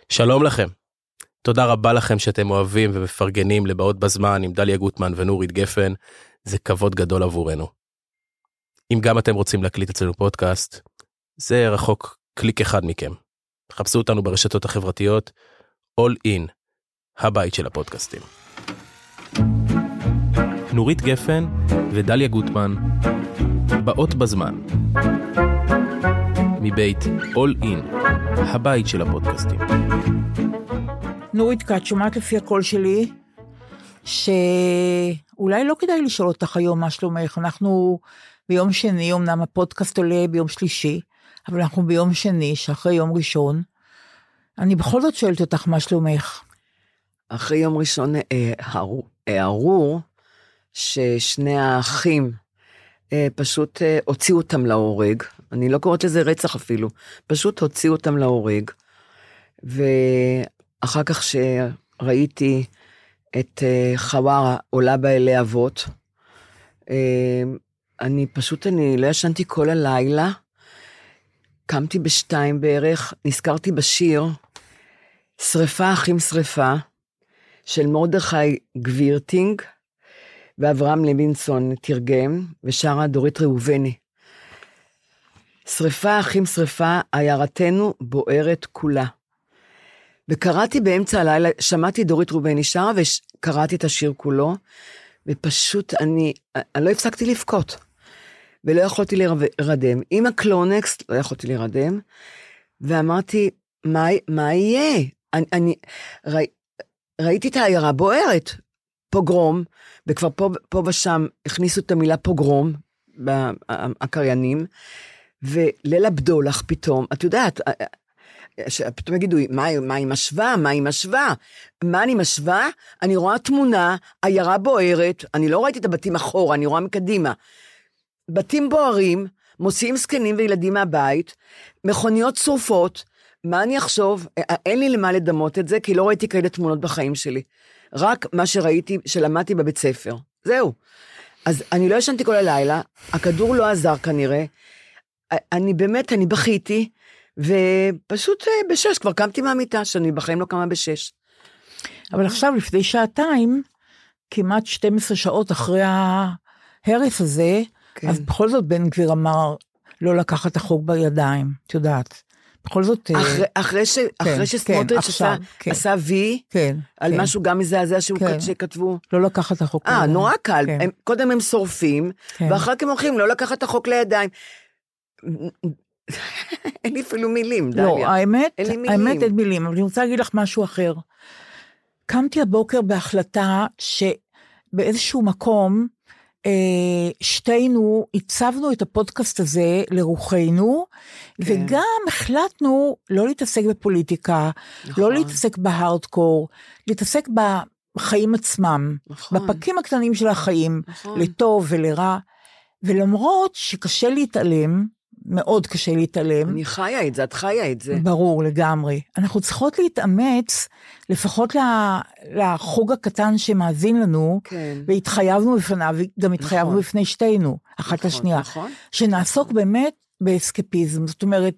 שלום לכם. תודה רבה לכם שאתם אוהבים ומפרגנים לבאות בזמן עם דליה גוטמן ונורית גפן. זה כבוד גדול עבורנו. אם גם אתם רוצים להקליט אצלנו פודקאסט, זה רחוק קליק אחד מכם. חפשו אותנו ברשתות החברתיות, All In, הבית של הפודקאסטים. נורית גפן ודליה גוטמן, באות בזמן. מבית All In, הבית של הפודקאסטים. נורית, את שומעת לפי הקול שלי, שאולי לא כדאי לשאול אותך היום מה שלומך. אנחנו ביום שני, אמנם הפודקאסט עולה ביום שלישי, אבל אנחנו ביום שני, שאחרי יום ראשון. אני בכל זאת שואלת אותך מה שלומך. אחרי יום ראשון הערו ששני האחים פשוט הוציאו אותם להורג. אני לא קוראת לזה רצח אפילו, פשוט הוציאו אותם להורג. ואחר כך שראיתי את חווארה עולה באלי אבות, אני לא ישנתי כל הלילה, קמתי ב2 בערך, נזכרתי בשיר, שריפה אחים שריפה, של מרדכי גבירטינג, ואברהם לוינסון תרגם, ושרה דורית ראובני. שריפה אחים שריפה, עיירתנו בוערת כולה. וקראתי באמצע הלילה, שמעתי דורית ראובני שרה, וקראתי את השיר כולו, ופשוט אני לא הפסקתי לבכות, ולא יכולתי להירדם. עם הקלונקס לא יכולתי להירדם, ואמרתי, מה יהיה? ראיתי את העיירה בוערת, פוגרום, וכבר פה ושם הכניסו את המילה פוגרום, הקריינים, וליל הבדולח פתאום, את יודעת, פתאום יגידו, מה היא משווה? מה אני משווה? אני רואה תמונה, עיירה בוערת, אני לא ראיתי את הבתים אחורה, אני רואה מקדימה, בתים בוערים, מוציאים זקנים וילדים מהבית, מכוניות שרופות, מה אני אחשוב? אין לי למה לדמות את זה, כי לא ראיתי כאלה תמונות בחיים שלי, רק מה שראיתי, שלמדתי בבית ספר, זהו. אז אני לא ישנתי כל הלילה, הכדור לא עזר כנראה, אני בכיתי, ופשוט ב6, כבר קמתי מהמיטה, שאני בחיים לא קמה ב6. אבל עכשיו, לפני שעתיים, כמעט 12 שעות אחרי ההרס הזה, כן. אז בכל זאת בן גביר אמר, לא לקחת את החוק בידיים, את יודעת. בכל זאת... אחרי שסמוטריץ' עשה וי, על משהו גם מזעזע שכתבו. לא לקחת את החוק לידיים. נורא קל. קודם הם שורפים, ואחר כך הם הולכים, לא לקחת את החוק לידיים. אין לי אפילו מילים, דליה. לא, האמת אין מילים, אבל אני רוצה להגיד לך משהו אחר. קמתי הבוקר בהחלטה שבאיזשהו מקום, שתינו הצבנו את הפודקאסט הזה לרוחנו, וגם החלטנו לא להתעסק בפוליטיקה, לא להתעסק בהארדקור, להתעסק בחיים עצמם, בפקים הקטנים של החיים, לטוב ולרע, ולמרות שקשה להתעלם, מאוד קשה להתעלם. אני חיה את זה, את חיה את זה. ברור, לגמרי. אנחנו צריכות להתאמץ, לפחות לחוג הקטן שמאזין לנו, והתחייבנו בפניו, וגם התחייבנו בפני שתינו, אחת השנייה, שנעסוק באמת באסקפיזם. זאת אומרת,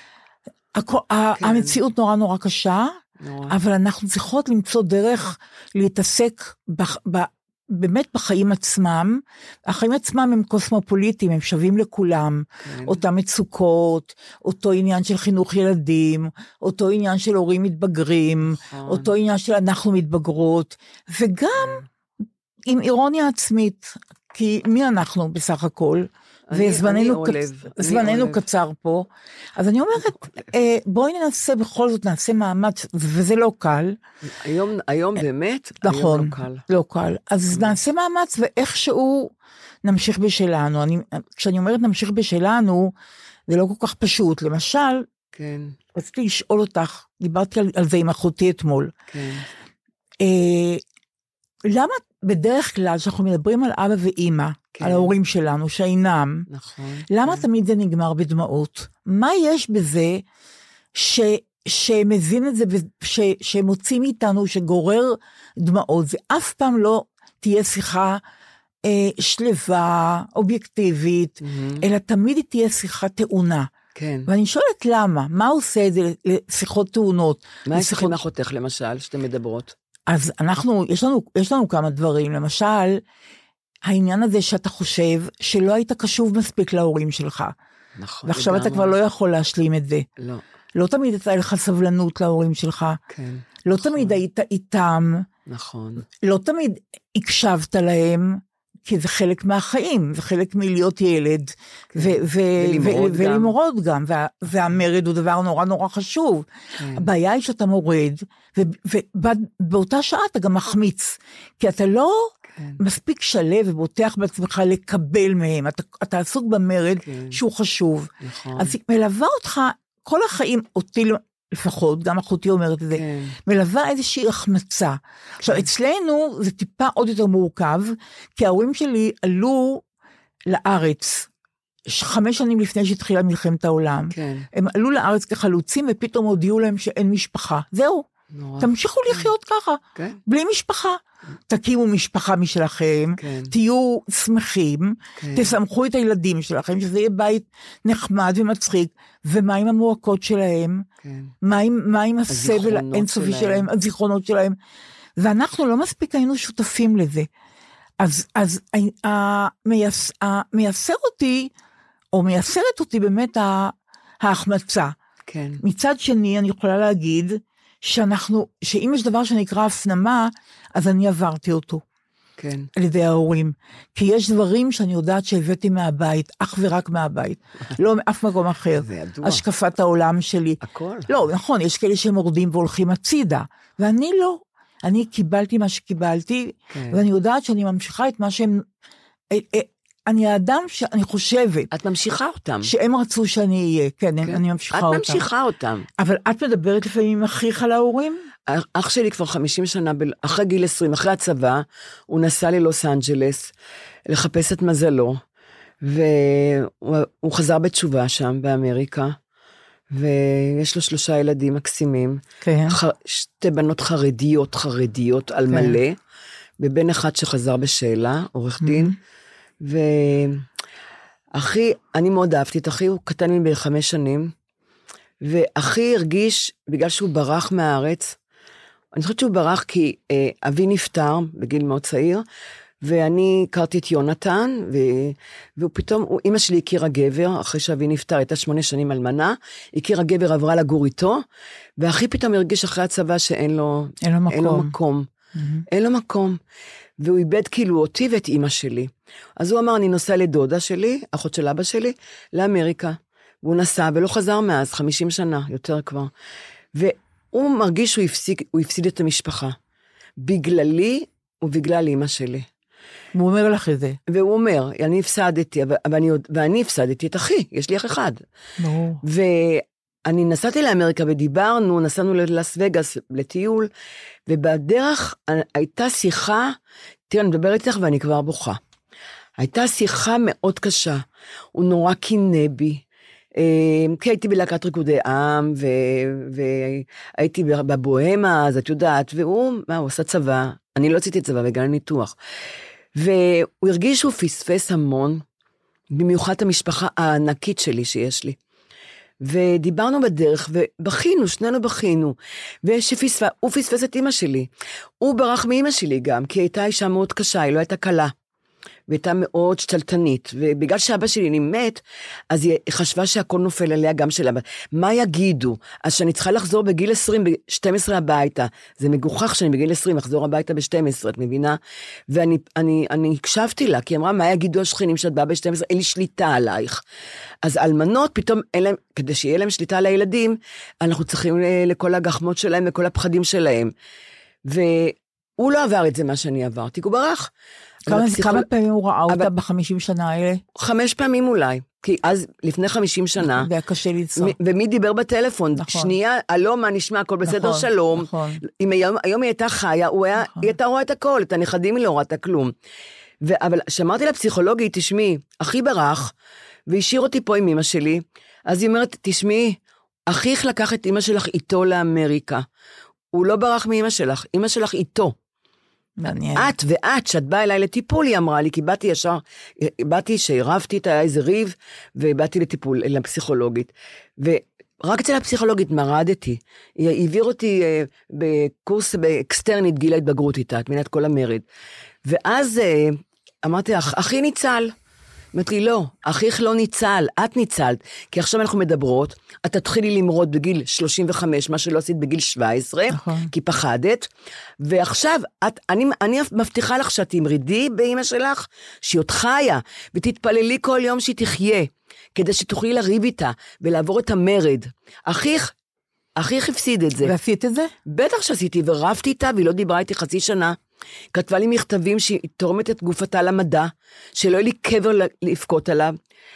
המציאות נורא נורא קשה, אבל אנחנו צריכות למצוא דרך להתעסק באמת בחיים עצמם. החיים עצמם הם קוסמופוליטיים, הם שווים לכולם, אותם מצוקות, אותו עניין של חינוך ילדים, אותו עניין של הורים מתבגרים, אותו עניין של אנחנו מתבגרות, וגם עם אירוניה עצמית, כי מי אנחנו בסך הכל, וזמננו קצר פה, אז אני אומרת, בואי ננסה בכל זאת, נעשה מאמץ, וזה לא קל. היום באמת, נכון, לא קל. אז נעשה מאמץ, ואיכשהו נמשיך בשלנו. כשאני אומרת נמשיך בשלנו, זה לא כל כך פשוט. למשל, רציתי לשאול אותך, דיברתי על זה עם אחותי אתמול. למה בדרך כלל שאנחנו מדברים על אבא ואמא, על ההורים שלנו, שאינם, למה תמיד זה נגמר בדמעות? מה יש בזה שמזין את זה, שמוציא מאיתנו, שגורר דמעות? זה אף פעם לא תהיה שיחה שלווה, אובייקטיבית, אלא תמיד היא תהיה שיחה טעונה. כן. ואני שואלת למה, מה עושה את זה לשיחות תאונות? מה יש עם אחותך למשל, שאתם מדברות? אז יש לנו כמה דברים, למשל, העניין הזה שאתה חושב שלא היית קשוב מספיק להורים שלך. נכון. ועכשיו אתה כבר לא יכול להשלים את זה. לא. לא תמיד הייתה לך סבלנות להורים שלך. כן. לא תמיד היית איתם. נכון. לא תמיד הקשבת להם, כי זה חלק מהחיים, זה חלק מלהיות ילד, ולמרוד גם, והמרד הוא דבר נורא נורא חשוב. הבעיה היא שאתה מורד, ובאותה שעה אתה גם מחמיץ, כי אתה לא מספיק שלב ובוטח בעצמך לקבל מהם, אתה עסוק במרד שהוא חשוב. אז מלווה אותך כל החיים, אותי לפחות, גם אחותי אומרת את זה, מלווה איזושהי החמצה. עכשיו, אצלנו זה טיפה עוד יותר מורכב, כי ההורים שלי עלו לארץ, 5 שנים לפני שהתחילה מלחמת העולם. הם עלו לארץ כחלוצים, ופתאום הודיעו להם שאין משפחה. זהו, תמשיכו לחיות ככה, בלי משפחה. תקימו משפחה משלכם, תהיו שמחים, תשמחו את הילדים שלכם, שזה יהיה בית נחמד ומצחיק, ומה עם המועקות שלהם, מה עם הסבל האינסופי שלהם, הזיכרונות שלהם, ואנחנו לא מספיק היינו שותפים לזה. אז מייסר אותי, או מייסרת אותי באמת ההחמצה. מצד שני, אני יכולה להגיד, שאם יש דבר שנקרא הפנמה, אז אני עברתי אותו. כן. על ידי ההורים. כי יש דברים שאני יודעת שהבאתי מהבית, אך ורק מהבית. לא מאף מקום אחר. זה ידוע. השקפת העולם שלי. הכל. לא, נכון, יש כאלה שמורדים והולכים הצידה. ואני לא. אני קיבלתי מה שקיבלתי, ואני יודעת שאני ממשיכה את מה שהם... אני האדם שאני חושבת. את ממשיכה אותם. שהם רצו שאני אהיה, כן, אני ממשיכה אותם. את ממשיכה אותם. אבל את מדברת לפעמים עם אחיך להורים? אח שלי כבר 50 שנה, אחרי גיל 20, אחרי הצבא, הוא נסע ללוס אנג'לס, לחפש את מזלו, והוא חזר בתשובה שם, באמריקה, ויש לו 3 ילדים מקסימים, כן. 2 בנות חרדיות על מלא, ובן אחד שחזר בשאלה, עורך דין, ואחי, אני מאוד אהבתי את אחי, הוא קטן ממני ב5 שנים, ואחי הרגיש, בגלל שהוא ברח מהארץ, אני חושבת שהוא ברח כי אבי נפטר בגיל מאוד צעיר, ואני הכרתי את יונתן, והוא פתאום, אמא שלי הכירה גבר, אחרי שאבי נפטר, הייתה 8 שנים אלמנה, הכירה גבר, עברה לגור איתו, ואחי פתאום הרגיש אחרי הצבא שאין לו מקום. אין לו מקום. והוא איבד כאילו אותי ואת אמא שלי. אז הוא אמר, אני נוסע לדודה שלי, אחות של אבא שלי, לאמריקה. והוא נסע ולא חזר מאז, 50 שנה, יותר כבר. והוא מרגיש שהוא הפסיד את המשפחה. בגללי ובגלל אמא שלי. הוא אומר לך את זה. והוא אומר, אני הפסדתי, ואני הפסדתי את אחי, יש לי אח אחד. ואני נסעתי לאמריקה ודיברנו, נסענו ללאס וגאס לטיול, ובדרך הייתה שיחה, תראה, אני מדברת איתך ואני כבר בוכה. הייתה שיחה מאוד קשה, הוא נורא קינא בי, כי הייתי בלהקת ריקודי עם, והייתי בבוהמה, אז את יודעת, והוא, הוא עשה צבא, אני לא עשיתי צבא בגלל ניתוח, והוא הרגיש שהוא פספס המון, במיוחד המשפחה הענקית שלי שיש לי, ודיברנו בדרך, ובכינו, שנינו בכינו, הוא פספס את אמא שלי, הוא ברח מאמא שלי גם, כי הייתה אישה מאוד קשה, היא לא הייתה קלה, והייתה מאוד שתלטנית, ובגלל שאבא שלי מת, אז היא חשבה שהכל נופל עליה גם של אבא. מה יגידו? אז שאני צריכה לחזור בגיל 20, ב-12 הביתה, זה מגוחך שאני בגיל 20 אחזור הביתה ב-12, את מבינה? ואני הקשבתי לה, כי היא אמרה, מה יגידו השכנים שאת באה ב-12? אין לי שליטה עלייך. אז אלמנות פתאום, כדי שיהיה להם שליטה על הילדים, אנחנו צריכים לכל הגחמות שלהם, לכל הפחדים שלהם. והוא לא עבר את זה מה שאני עברתי, הוא ברח. כמה פעמים הוא ראה אותה ב50 שנה האלה? 5 פעמים אולי, כי אז לפני 50 שנה, והיה קשה ליצור. ומי דיבר בטלפון? שנייה, הלא, מה נשמע, הכל בסדר, שלום. אם היום היא הייתה חיה, היא הייתה רואה את הכל, את הנכדים היא לא ראתה כלום. אבל שמרתי לפסיכולוגי, תשמעי, אחי ברח, והשאיר אותי פה עם אמא שלי, אז היא אומרת, תשמעי, אחיך לקח את אמא שלך איתו לאמריקה, הוא לא ברח מאמא שלך, אמא שלך איתו. מעניין. ואת, שאת באה אליי לטיפול, היא אמרה לי, כי באתי שהרבתי את איזה ריב, ובאתי לטיפול, לפסיכולוגית. ורק אצל הפסיכולוגית מרדתי. היא העביר אותי בקורס באקסטרנית, גיל ההתבגרות איתה, את מנת כל המרד. ואז אמרתי, אחי ניצל. אמרתי, לא, אחיך לא ניצל, את ניצלת, כי עכשיו אנחנו מדברות, את תתחילי למרוד בגיל 35, מה שלא עשית בגיל 17, נכון. כי פחדת, ועכשיו, אני מבטיחה לך שאת תמרידי באמא שלך, שהיא עוד חיה, ותתפללי כל יום שהיא תחיה, כדי שתוכלי לריב איתה, ולעבור את המרד. אחיך הפסיד את זה. ועשית את זה? בטח שעשיתי, ורבתי איתה, והיא לא דיברה איתי חצי שנה, כתבה לי מכתבים שהיא תורמת את גופתה למדע, שלא יהיה לי קבר לפקוט עליו,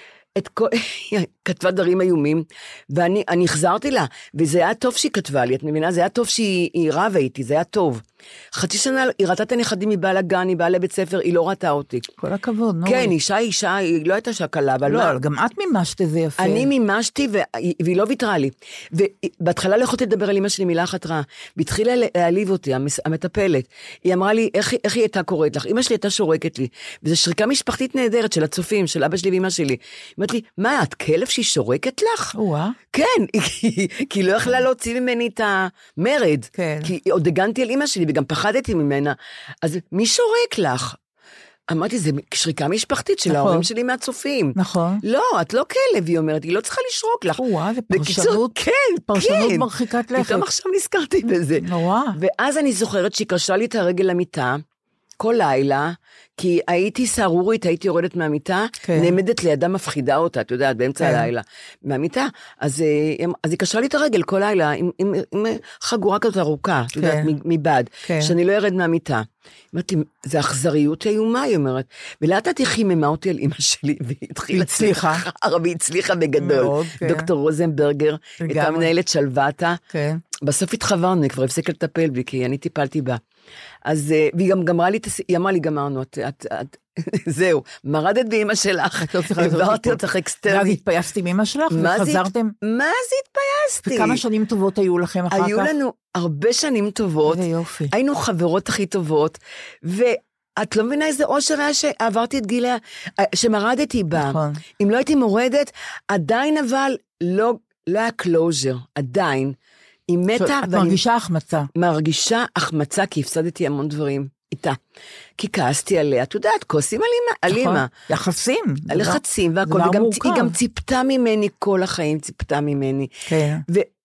כתבה דברים איומים, ואני החזרתי לה, וזה היה טוב שהיא כתבה לי, את מבינה? זה היה טוב שהיא רבה איתי, זה היה טוב. חצי שנה היא ראתה את הנכדים, היא באה לגן, היא באה לבית ספר, היא לא ראתה אותי. כל הכבוד, נורי. כן, אישה, היא לא הייתה שקלה, אבל לא, מה? גם את מימשת את זה יפה. אני מימשתי, והיא לא ויתרה לי. ובהתחלה לא יכולתי לדבר על אמא שלי מילה אחת רעה, והתחילה להעליב אותי, המטפלת. היא אמרה לי, איך היא הייתה קוראת לך? אמא שלי הייתה שורקת לי, וזו שריקה משפחתית נהדרת של הצופים, של אבא שלי ואמא שלי. היא אמרת לי, מה, את כלב שהיא שורקת לך? כן, כי לא יכלה להוציא ממני את המרד, כי עוד הגנתי על אמא שלי, וגם פחדתי ממנה, אז מי שורק לך? אמרתי, זה שריקה משפחתית של ההורים שלי מהצופים. נכון. לא, את לא כלב, היא אומרת, היא לא צריכה לשרוק לך. זה פרשנות, פרשנות מרחיקת לכת. פתאום עכשיו נזכרתי בזה. נורא. ואז אני זוכרת שהיא קשרה לי את הרגל למיטה, כל לילה, כי הייתי סערורית, הייתי יורדת מהמיטה, נעמדת לידה מפחידה אותה, את יודעת, באמצע הלילה, מהמיטה, אז היא קשרה לי את הרגל כל לילה, עם חגורה כזאת ארוכה, את יודעת, מבד, שאני לא ירד מהמיטה. אמרתי, זה אכזריות איומה, היא אומרת, ולאט היא חיממה אותי על אמא שלי, והיא הצליחה בגדול. דוקטור רוזנברגר, הייתה מנהלת שלוותה, בסוף התחברנו, היא כבר הפסיקה לטפל בי, כי אני טיפלתי בה. אז, והיא גם גמרה לי, היא אמרה לי, גמרנו, זהו, מרדת באמא שלך, עברתי אותך אקסטרנית. ואז התפייסתי מאמא שלך, וחזרתם? מה זה התפייסתי? וכמה שנים טובות היו לכם אחר כך? היו לנו הרבה שנים טובות, היינו חברות הכי טובות, ואת לא מבינה איזה אושר היה שעברתי את גילה, שמרדתי בה. אם לא הייתי מורדת, עדיין אבל לא היה קלוז'ר, עדיין. היא מתה. את מרגישה החמצה. מרגישה החמצה, כי הפסדתי המון דברים איתה. כי כעסתי עליה, את יודעת, כועסים על אמא. יחסים. לחצים והכל, והיא גם ציפתה ממני, כל החיים ציפתה ממני. כן.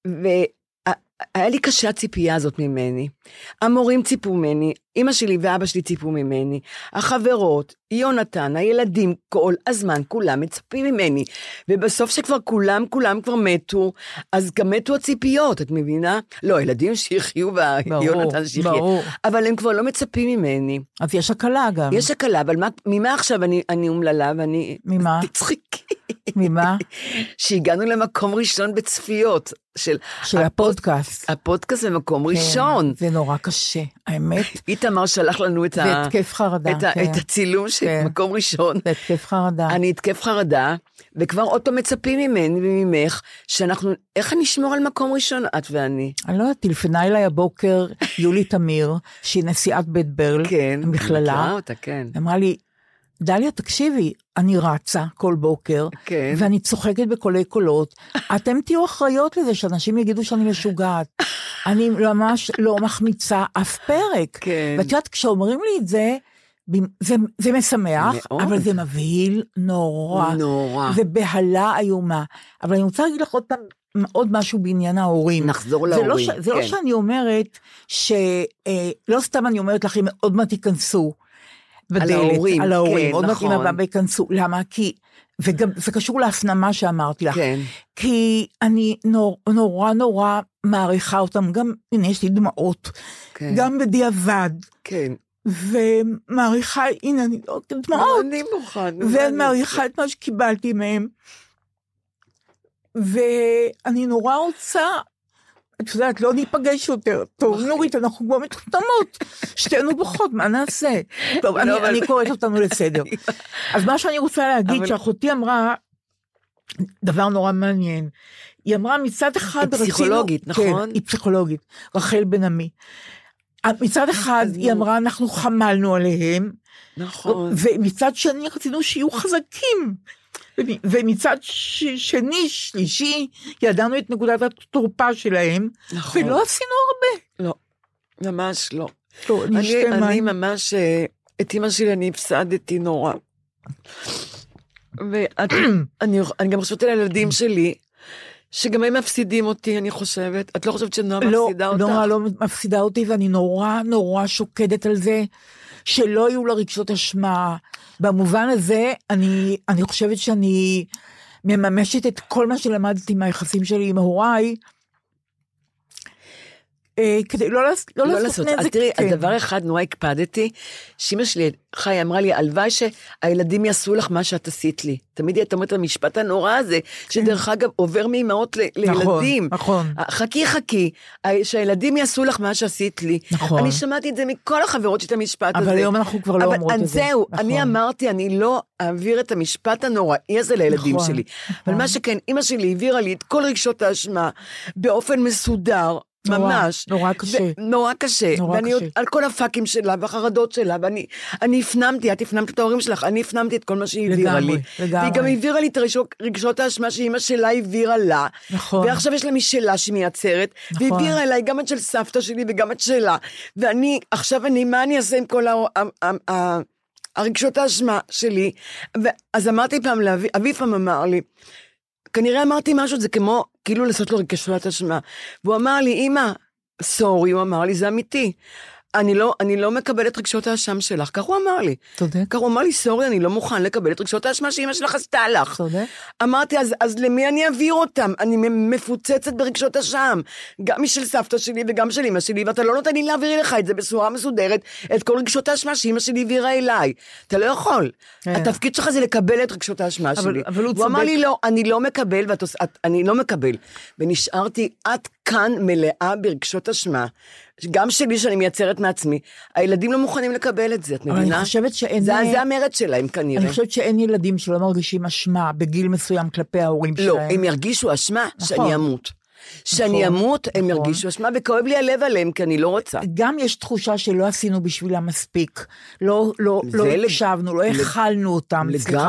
היה לי קשה הציפייה הזאת ממני. המורים ציפו ממני, אמא שלי ואבא שלי ציפו ממני, החברות, יונתן, הילדים, כל הזמן, כולם מצפים ממני. ובסוף שכבר כולם כבר מתו, אז גם מתו הציפיות, את מבינה? לא, הילדים שיחיו ויונתן שיחיה. אבל הם כבר לא מצפים ממני. אז יש הקלה גם. יש הקלה, אבל ממה עכשיו אני אומללה ואני... ממה? תצחיקי. ממה? שהגענו למקום ראשון בצפיות. של הפודקאסט. הפודקאסט במקום ראשון. זה נורא קשה, האמת. איתמר שלח לנו את התקף חרדה. את הצילום של מקום ראשון. זה התקף חרדה. אני התקף חרדה, וכבר אותו מצפים ממני וממך, שאנחנו, איך אני אשמור על מקום ראשון, את ואני? אני לא יודעת, טלפנה אליי הבוקר יולי תמיר, שהיא נשיאת בית ברל, המכללה. מכירה אותה, כן. אמרה לי, דליה, תקשיבי, אני רצה כל בוקר, ואני צוחקת בקולי קולות, אתם תהיו אחריות לזה, שאנשים יגידו שאני משוגעת. אני ממש לא מחמיצה אף פרק. ואת יודעת, כשאומרים לי את זה, זה משמח, אבל זה מבהיל נורא. ובהלה איומה. אבל אני רוצה להגיד לך עוד משהו בעניין ההורים. נחזור להורים. זה לא שאני אומרת, לא סתם אני אומרת לכם, עוד מעט תיכנסו. בדלת, על ההורים, עוד מעט אמא ואבא יכנסו, למה? כי, וגם זה קשור להפנמה שאמרתי לך, כי אני נורא מעריכה אותם, גם, הנה יש לי דמעות, גם בדיעבד, ומעריכה, הנה אני דמעות, ומעריכה את מה שקיבלתי מהם, ואני נורא רוצה, את יודעת, לא ניפגש יותר. טוב, נורית, אנחנו כבר מתחתמות. שתינו בוכות, מה נעשה? טוב, אני קוראת אותנו לסדר. אז מה שאני רוצה להגיד, שאחותי אמרה, דבר נורא מעניין, היא אמרה מצד אחד, היא פסיכולוגית, נכון? כן, היא פסיכולוגית, רחל בן עמי. מצד אחד היא אמרה, אנחנו חמלנו עליהם, נכון. ומצד שני רצינו שיהיו חזקים, ומצד שני, שלישי, ידענו את נקודת התורפה שלהם, נכון. ולא עשינו הרבה. לא, ממש לא. טוב, אני ממש, את אמא שלי אני הפסדתי נורא. ואני גם חושבת על הילדים שלי, שגם הם מפסידים אותי, אני חושבת. את לא חושבת שנועה מפסידה אותך? לא, נועה לא מפסידה אותי, ואני נורא נורא שוקדת על זה, שלא יהיו לה רגשות אשמה. במובן הזה, אני חושבת שאני מממשת את כל מה שלמדתי מהיחסים שלי עם הוריי, כדי לא לעשות נזק. אז תראי, הדבר אחד נורא הקפדתי, שאמא שלי חי אמרה לי, הלוואי שהילדים יעשו לך מה שאת עשית לי. תמיד היא אומרת המשפט הנורא הזה, שדרך אגב עובר מאמהות לילדים. נכון. חכי, שהילדים יעשו לך מה שעשית לי. נכון. אני שמעתי את זה מכל החברות של המשפט הזה. אבל היום אנחנו כבר לא אומרות את זה. זהו, אני אמרתי, אני לא אעביר את המשפט הנוראי הזה לילדים שלי. אבל מה שכן, אמא שלי העבירה לי את כל רגשות האשמה, באופן מסודר, ממש. נורא קשה. נורא קשה. ואני על כל הפאקים שלה והחרדות שלה, ואני הפנמתי, את הפנמת את ההורים שלך, אני הפנמתי את כל מה שהיא העבירה לי. לגמרי. והיא גם העבירה לי את רגשות האשמה שאמא שלה העבירה לה. נכון. ועכשיו יש לה משלה שמייצרת, והעבירה אליי גם את של סבתא שלי וגם את שלה. ואני, עכשיו מה אני אעשה עם כל הרגשות האשמה שלי? אז אמרתי פעם לאבי, אבי פעם אמר לי, כנראה אמרתי משהו, זה כמו, כאילו לעשות לו רגשות אשמה. והוא אמר לי, אמא, סורי, הוא אמר לי, זה אמיתי. אני לא מקבל את רגשות האשם שלך. כך הוא אמר לי. צודק. כך הוא אמר לי, סורי, אני לא מוכן לקבל את רגשות האשמה שאמא שלך עשתה לך. צודק. אמרתי, אז למי אני אעביר אותם? אני מפוצצת ברגשות אשם. גם משל סבתא שלי וגם של אמא שלי, ואתה לא נותן לי להעביר לך את זה בצורה מסודרת, את כל רגשות האשמה שאמא שלי העבירה אליי. אתה לא יכול. התפקיד שלך זה לקבל את רגשות האשמה שלי. הוא אמר לי, לא, אני לא מקבל, אני לא מקבל. ונשארתי עד כאן מלאה ברגשות אשמה. גם שלי שאני מייצרת מעצמי, הילדים לא מוכנים לקבל את זה, את מבינה? אני חושבת שאין... זה המרד שלהם כנראה. אני חושבת שאין ילדים שלא מרגישים אשמה בגיל מסוים כלפי ההורים שלהם. לא, הם ירגישו אשמה שאני אמות. שאני אמות, הם ירגישו אשמה, וכואב לי הלב עליהם, כי אני לא רוצה. גם יש תחושה שלא עשינו בשבילם מספיק. לא הקשבנו, לא הכלנו אותם.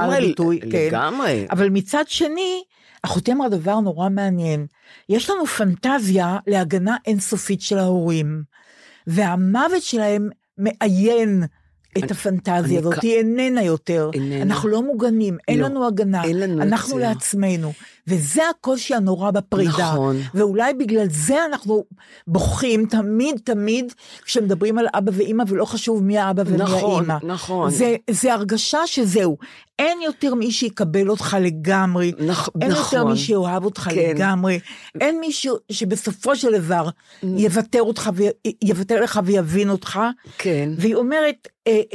לגמרי. אבל מצד שני, אחותי אמרה דבר נורא מעניין, יש לנו פנטזיה להגנה אינסופית של ההורים, והמוות שלהם מעיין את הפנטזיה הזאת, היא איננה יותר, אנחנו לא מוגנים, אין לנו הגנה, אנחנו לעצמנו, וזה הקושי הנורא בפרידה, ואולי בגלל זה אנחנו בוכים תמיד, כשמדברים על אבא ואמא, ולא חשוב מי האבא ומי האמא, זה הרגשה שזהו, אין יותר מי שיקבל אותך לגמרי, אין יותר מי שאוהב אותך לגמרי, אין מישהו שבסופו של דבר יוותר לך ויבין אותך, והיא אומרת,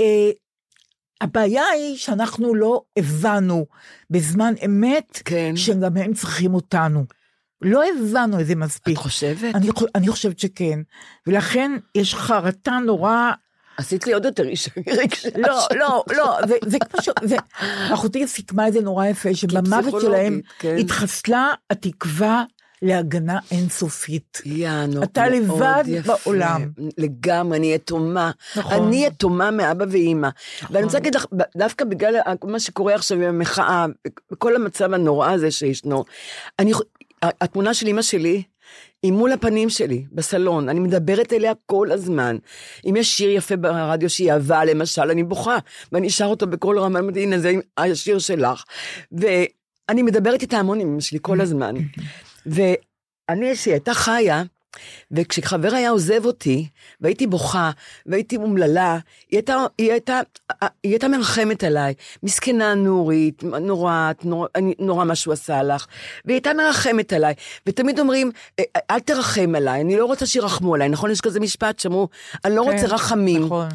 הבעיה היא שאנחנו לא הבנו בזמן אמת שגם הם צריכים אותנו. לא הבנו את זה מספיק. את חושבת? אני חושבת שכן. ולכן יש חרטה נורא... עשית לי עוד יותר רגשה. לא, זה כמו ש... אחותי סיכמה את זה נורא יפה, שבמוות שלהם התחסלה התקווה להגנה אינסופית. אתה לבד בעולם. לגמרי, אני יתומה. אני יתומה מאבא ואמא. ואני רוצה להגיד לך, דווקא בגלל מה שקורה עכשיו עם המחאה, בכל המצב הנורא הזה שישנו, התמונה של אמא שלי, היא מול הפנים שלי, בסלון, אני מדברת אליה כל הזמן. אם יש שיר יפה ברדיו שהיא אהבה, למשל, אני בוכה, ואני אשאר אותו בכל רמה, הנה זה השיר שלך. ואני מדברת איתה המון עם אמא שלי כל הזמן. ואני, שהייתה חיה, וכשחבר היה עוזב אותי, והייתי בוכה, והייתי מומללה, היא הייתה מרחמת עליי, מסכנה נורית, נורא מה שהוא עשה לך, והיא הייתה מרחמת עליי, ותמיד אומרים, אל תרחם עליי, אני לא רוצה שירחמו עליי, נכון? יש כזה משפט שאמרו, אני לא רוצה רחמים.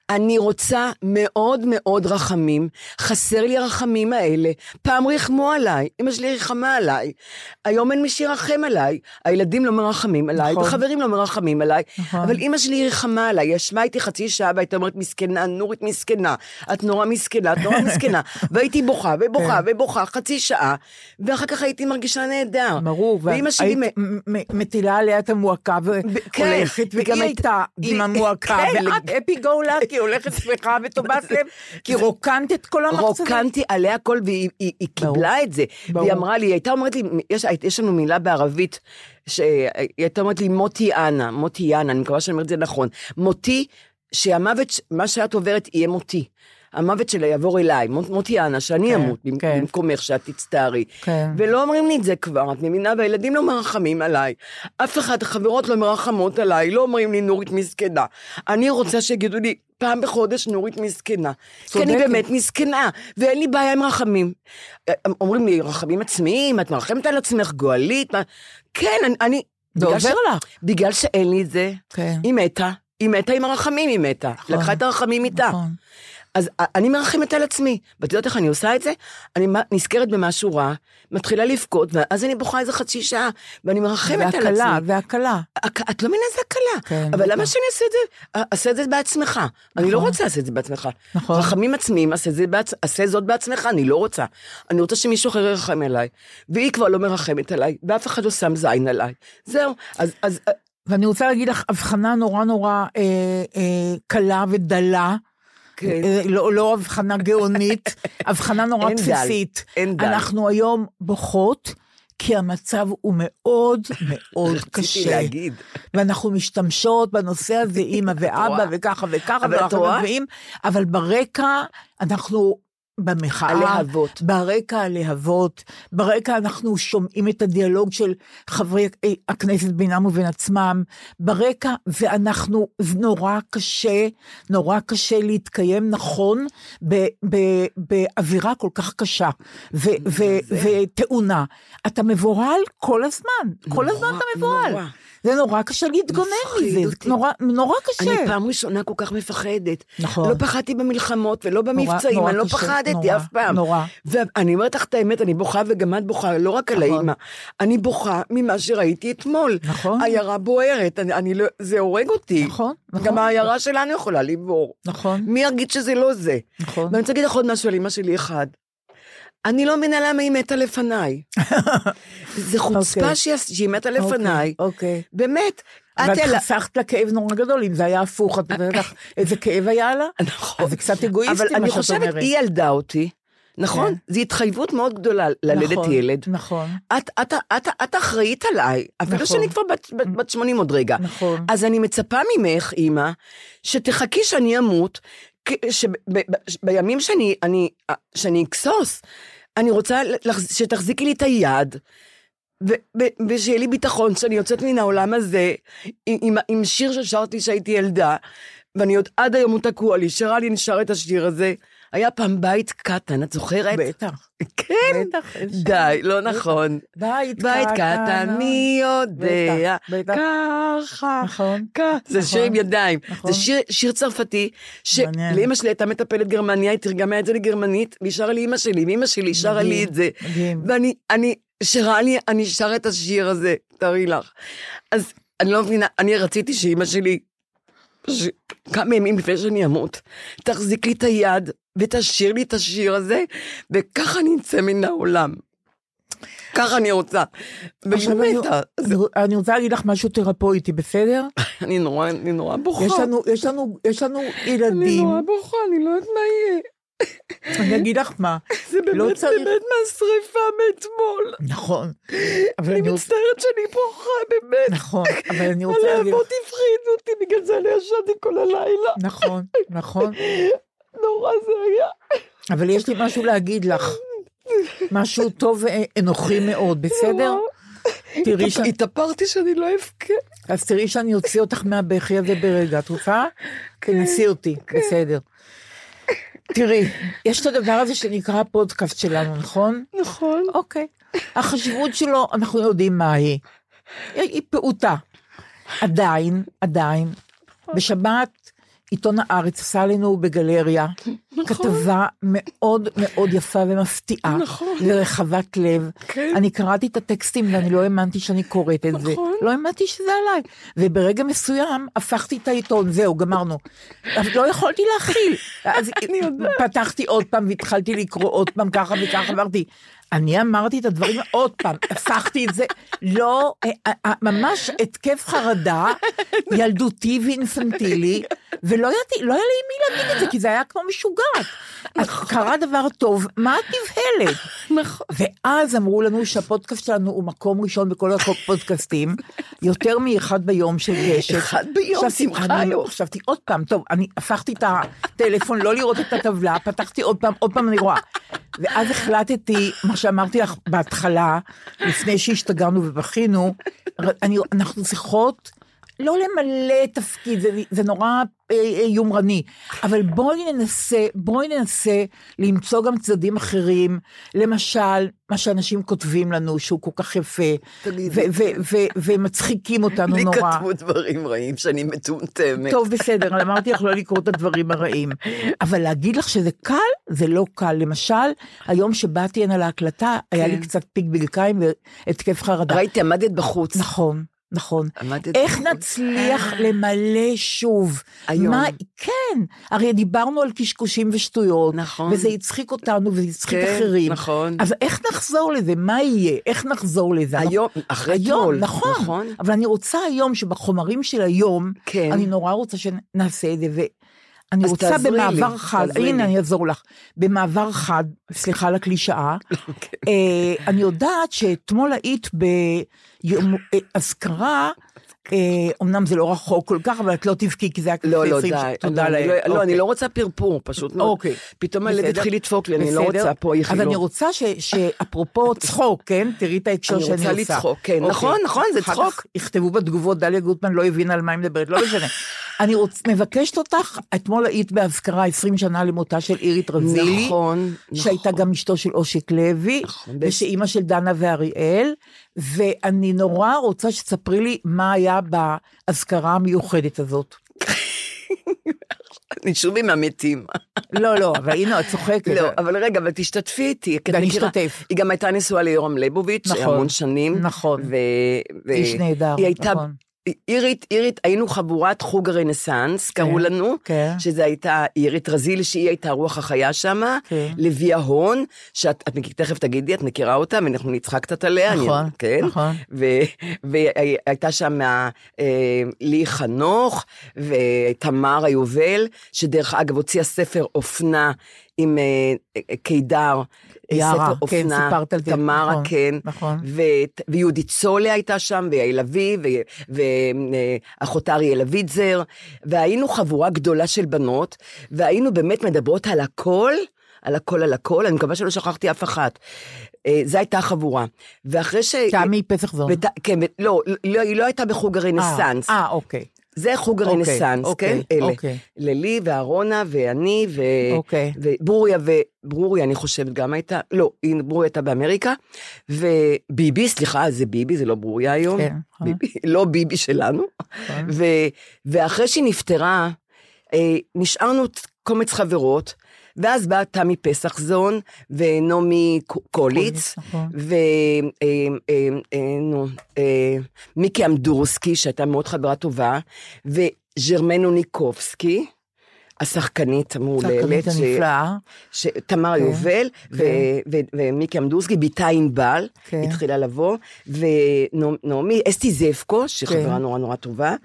אני רוצה מאוד מאוד רחמים, חסר לי הרחמים האלה, פעם רחמו עליי, אמא שלי רחמה עליי, היום אין מי שירחם עליי, הילדים לא מרחמים עליי, וחברים לא מרחמים עליי, אבל אמא שלי רחמה עליי, ישבה איתי חצי שעה, והייתה אומרת, מסכנה, נורית מסכנה, את נורא מסכנה, את נורא מסכנה, והייתי בוכה ובוכה ובוכה חצי שעה, ואחר כך הייתי מרגישה נהדר. ברור, והיית מטילה עליה את המועקה, והולכת, וגם הייתה עם המועקה, ואת אפי גאולה, כי הולכת שמחה וטובת לב, כי רוקנת את כל המחצבות. רוקנתי עליה הכל, והיא קיבלה את זה, והיא אמרה לי, היא הייתה אומרת לי, יש לנו מילה בערבית, שהיא הייתה אומרת לי, מותי אנה, אני מקווה שאני אומרת את זה נכון, מותי, שהמוות, מה שאת עוברת יהיה מותי, המוות שלה יעבור אליי, מותי אנה, שאני אמות, במקומך שאת תצטערי, ולא אומרים לי את זה כבר, את מבינה, והילדים לא מרחמים עליי, אף אחד, החברות לא מרחמות עליי, לא אומרים לי נורית מסכנה, אני רוצה שיגידו לי, פעם בחודש נורית מסכנה, כי אני באמת מסכנה, ואין לי בעיה עם רחמים, אומרים לי, רחמים עצמיים, את מרחמת על עצמך גואלית, כן, אני, בגלל שאין לי את זה, היא מתה עם הרחמים, היא מתה, לקחה את הרחמים איתה, אז אני מרחמת על עצמי, ואת יודעת איך אני עושה את זה? אני נזכרת במשהו רע, מתחילה לבכות, ואז אני בוכה איזה חצי שעה, ואני מרחמת על עצמי. והקלה. את לא מבינה זה הקלה, אבל למה שאני אעשה את זה בעצמך? אני לא רוצה לעשות את זה בעצמך. רחמים עצמיים, עשה זאת בעצמך, אני לא רוצה. אני רוצה שמישהו אחר ירחם עליי, והיא כבר לא מרחמת עליי, ואף אחד לא שם זין עליי. זהו, אז... ואני רוצה להגיד לך, הבחנה נורא נורא קלה ודלה, לא הבחנה גאונית, הבחנה נורא בסיסית. אנחנו היום בוכות, כי המצב הוא מאוד מאוד קשה. ואנחנו משתמשות בנושא הזה, אמא ואבא וככה וככה, אבל ברקע אנחנו... במחאה, הלהבות. ברקע הלהבות, ברקע אנחנו שומעים את הדיאלוג של חברי הכנסת בינם ובין עצמם, ברקע, ואנחנו, נורא קשה להתקיים נכון, באווירה כל כך קשה, ותאונה. אתה מבורל כל הזמן, כל הזמן אתה מבורל. זה נורא קשה להתגונן מזה, זה נורא קשה. אני פעם ראשונה כל כך מפחדת. נכון. לא פחדתי במלחמות ולא במבצעים, אני לא פחדתי אף פעם. נורא. ואני אומרת לך את האמת, אני בוכה וגם את בוכה, לא רק על האמא. אני בוכה ממה שראיתי אתמול. נכון. העיירה בוערת, זה הורג אותי. נכון. גם העיירה שלנו יכולה לבור. נכון. מי יגיד שזה לא זה? נכון. ואני רוצה להגיד לך עוד משהו על אמא שלי אחד. אני לא מבינה למה היא מתה לפניי. זה חוצפה שהיא מתה לפניי. באמת. ואת חסכת לה כאב נורא גדול, אם זה היה הפוך, את יודעת לך, איזה כאב היה לה? נכון. אז זה קצת אגואיסטי, אבל אני חושבת, היא ילדה אותי, נכון? זו התחייבות מאוד גדולה ללדת ילד. נכון. את אחראית עליי, אפילו שאני כבר בת 80 עוד רגע. נכון. אז אני מצפה ממך, אמא, שתחכי שאני אמות, שבימים שאני אקסוס, אני רוצה שתחזיקי לי את היד, ושיהיה לי ביטחון שאני יוצאת מן העולם הזה, עם שיר ששרתי שהייתי ילדה, ואני עוד עד היום הוא תקוע לי, שרה לי נשר את השיר הזה, היה פעם בית קטן, את זוכרת? בטח. כן? די, לא נכון. בית קטן, מי יודע? ככה. נכון. זה שיר עם ידיים. זה שיר צרפתי, שלאמא שלי הייתה מטפלת גרמניה, היא תרגמה את זה לגרמנית, והיא שרה לי אמא שלי, ואמא שלי שרה לי את זה. ואני שרה לי, אני שרה את השיר הזה, תראי לך. אז אני לא מבינה, אני רציתי שאמא שלי, כמה ימים לפני שאני אמות, תחזיק לי את היד, ותשאיר לי את השיר הזה, וככה אני אצא מן העולם. ככה אני רוצה. אני רוצה להגיד לך משהו תרפויטי, בסדר? אני נורא בוכה. יש לנו ילדים. אני נורא בוכה, אני לא יודעת מה יהיה. אני אגיד לך מה. זה באמת מהשריפה מאתמול. נכון. אני מצטערת שאני בוכה, באמת. נכון, אבל אני רוצה להגיד... הלהבות הפחידו אותי, בגלל זה אני ישנתי כל הלילה. נכון. נורא זה היה. אבל יש לי משהו להגיד לך. משהו טוב ואנוכי מאוד, בסדר? התאפרתי שאני לא אבכה. אז תראי שאני אוציא אותך מהבכי הזה ברגע. את רוצה? תנסי אותי, בסדר. תראי, יש את הדבר הזה שנקרא הפודקאסט שלנו, נכון? נכון. אוקיי. החשיבות שלו, אנחנו יודעים מה היא. היא פעוטה. עדיין, בשבת עיתון הארץ עשה לנו בגלריה, כתבה מאוד מאוד יפה ומפתיעה, ורחבת לב. אני קראתי את הטקסטים ואני לא האמנתי שאני קוראת את זה. לא האמנתי שזה עליי. וברגע מסוים הפכתי את העיתון, זהו, גמרנו. לא יכולתי להכיל. אז פתחתי עוד פעם והתחלתי לקרוא עוד פעם ככה וככה, אמרתי, אני אמרתי את הדברים עוד פעם, הפכתי את זה, לא, ממש התקף חרדה, ילדותי ואינפנטילי, ולא היה לי מי להגיד את זה, כי זה היה כמו משוגעת. אז קרה דבר טוב, מה את נבהלת? נכון. ואז אמרו לנו שהפודקאסט שלנו הוא מקום ראשון בכל הפודקאסטים, יותר מאחד ביום של גשת. אחד ביום, שמחה היום. חשבתי עוד פעם, טוב, אני הפכתי את הטלפון, לא לראות את הטבלה, פתחתי עוד פעם אני רואה. ואז החלטתי, מה שאמרתי לך בהתחלה, לפני שהשתגענו ובכינו, אנחנו צריכות לא למלא תפקיד, זה נורא יומרני, אבל בואי ננסה למצוא גם צדדים אחרים, למשל, מה שאנשים כותבים לנו, שהוא כל כך יפה, ומצחיקים אותנו נורא. לי כתבו דברים רעים, שאני מטומטמת. טוב, בסדר, אמרתי לך לא לקרוא את הדברים הרעים, אבל להגיד לך שזה קל, זה לא קל. למשל, היום שבאתי הנה להקלטה, היה לי קצת פיק ברכיים והתקף חרדה. ראיתי, עמדת בחוץ. נכון. איך נצליח למלא שוב? היום. כן, הרי דיברנו על קשקושים ושטויות, נכון. וזה יצחיק אותנו וזה יצחיק אחרים. נכון. אז איך נחזור לזה? מה יהיה? איך נחזור לזה? היום, אחרי תמול. נכון. אבל אני רוצה היום, שבחומרים של היום, אני נורא רוצה שנעשה את זה, אני רוצה במעבר חד, הנה אני אעזור לך, במעבר חד, סליחה לקלישאה, אני יודעת שאתמול היית ביום אזכרה, אמנם זה לא רחוק כל כך, אבל את לא תבכי, כי זה היה כפי 20 תודה להם. לא, אני לא רוצה פרפור, פשוט מאוד. פתאום הלב התחיל לדפוק לי, אני לא רוצה פה יחידות. אז אני רוצה שאפרופו צחוק, כן? תראי את ההקשר שאני עושה. אני רוצה לצחוק, כן, נכון, זה צחוק. יכתבו בתגובות, דליה גוטמן לא הבינה על מה היא מדברת, לא משנה. אני מבקשת אותך, אתמול היית באזכרה 20 שנה למותה של אירית רזילי, שהייתה גם אשתו של אושיק לוי, ושאימא של דנה ואריאל, ואני נורא רוצה שתספרי לי מה היה באזכרה המיוחדת הזאת. אני שוב עם המתים. לא, אבל הנה, את צוחקת. לא, אבל רגע, אבל תשתתפי איתי. ואני אשתתף. היא גם הייתה נשואה ליורם ליבוביץ', המון שנים. נכון. איש נהדר, נכון. אירית, היינו חבורת חוג הרנסנס, קראו לנו, שזה הייתה אירית רזיל, שהיא הייתה רוח החיה שמה, לוי ההון, שאת תכף תגידי, את מכירה אותה, ואנחנו נצחק קצת עליה, נכון. והייתה שם לי חנוך, ותמר היובל, שדרך אגב הוציאה ספר אופנה, עם קידר, יערה, כן, סיפרת על זה. תמרה, כן. נכון. ויהודית סוליה הייתה שם, ויעל לוי, ואחותה אריאל לויטזר, והיינו חבורה גדולה של בנות, והיינו באמת מדברות על הכל, אני מקווה שלא שכחתי אף אחת. זו הייתה חבורה. ואחרי ש... תמי פסח זון. כן, לא, היא לא הייתה בחוג הרנסנס. אוקיי. זה חוג הרנסנס, כן? אלה. ללי וארונה ואני וברוריה, אני חושבת גם הייתה, לא, ברוריה הייתה באמריקה, וביבי, סליחה, זה ביבי, זה לא ברוריה היום, לא ביבי שלנו, ואחרי שהיא נפטרה, נשארנו קומץ חברות, ואז באה תמי פסח זון, ונומי קוליץ, ומיקי אמדורסקי, שהייתה מאוד חברה טובה, וג'רמנו ניקובסקי, השחקנית המעוללת, תמר יובל, ומיקי אמדורסקי, ביתה ענבל, התחילה לבוא, ונעמי, אסתי זבקו, שחברה נורא נורא טובה,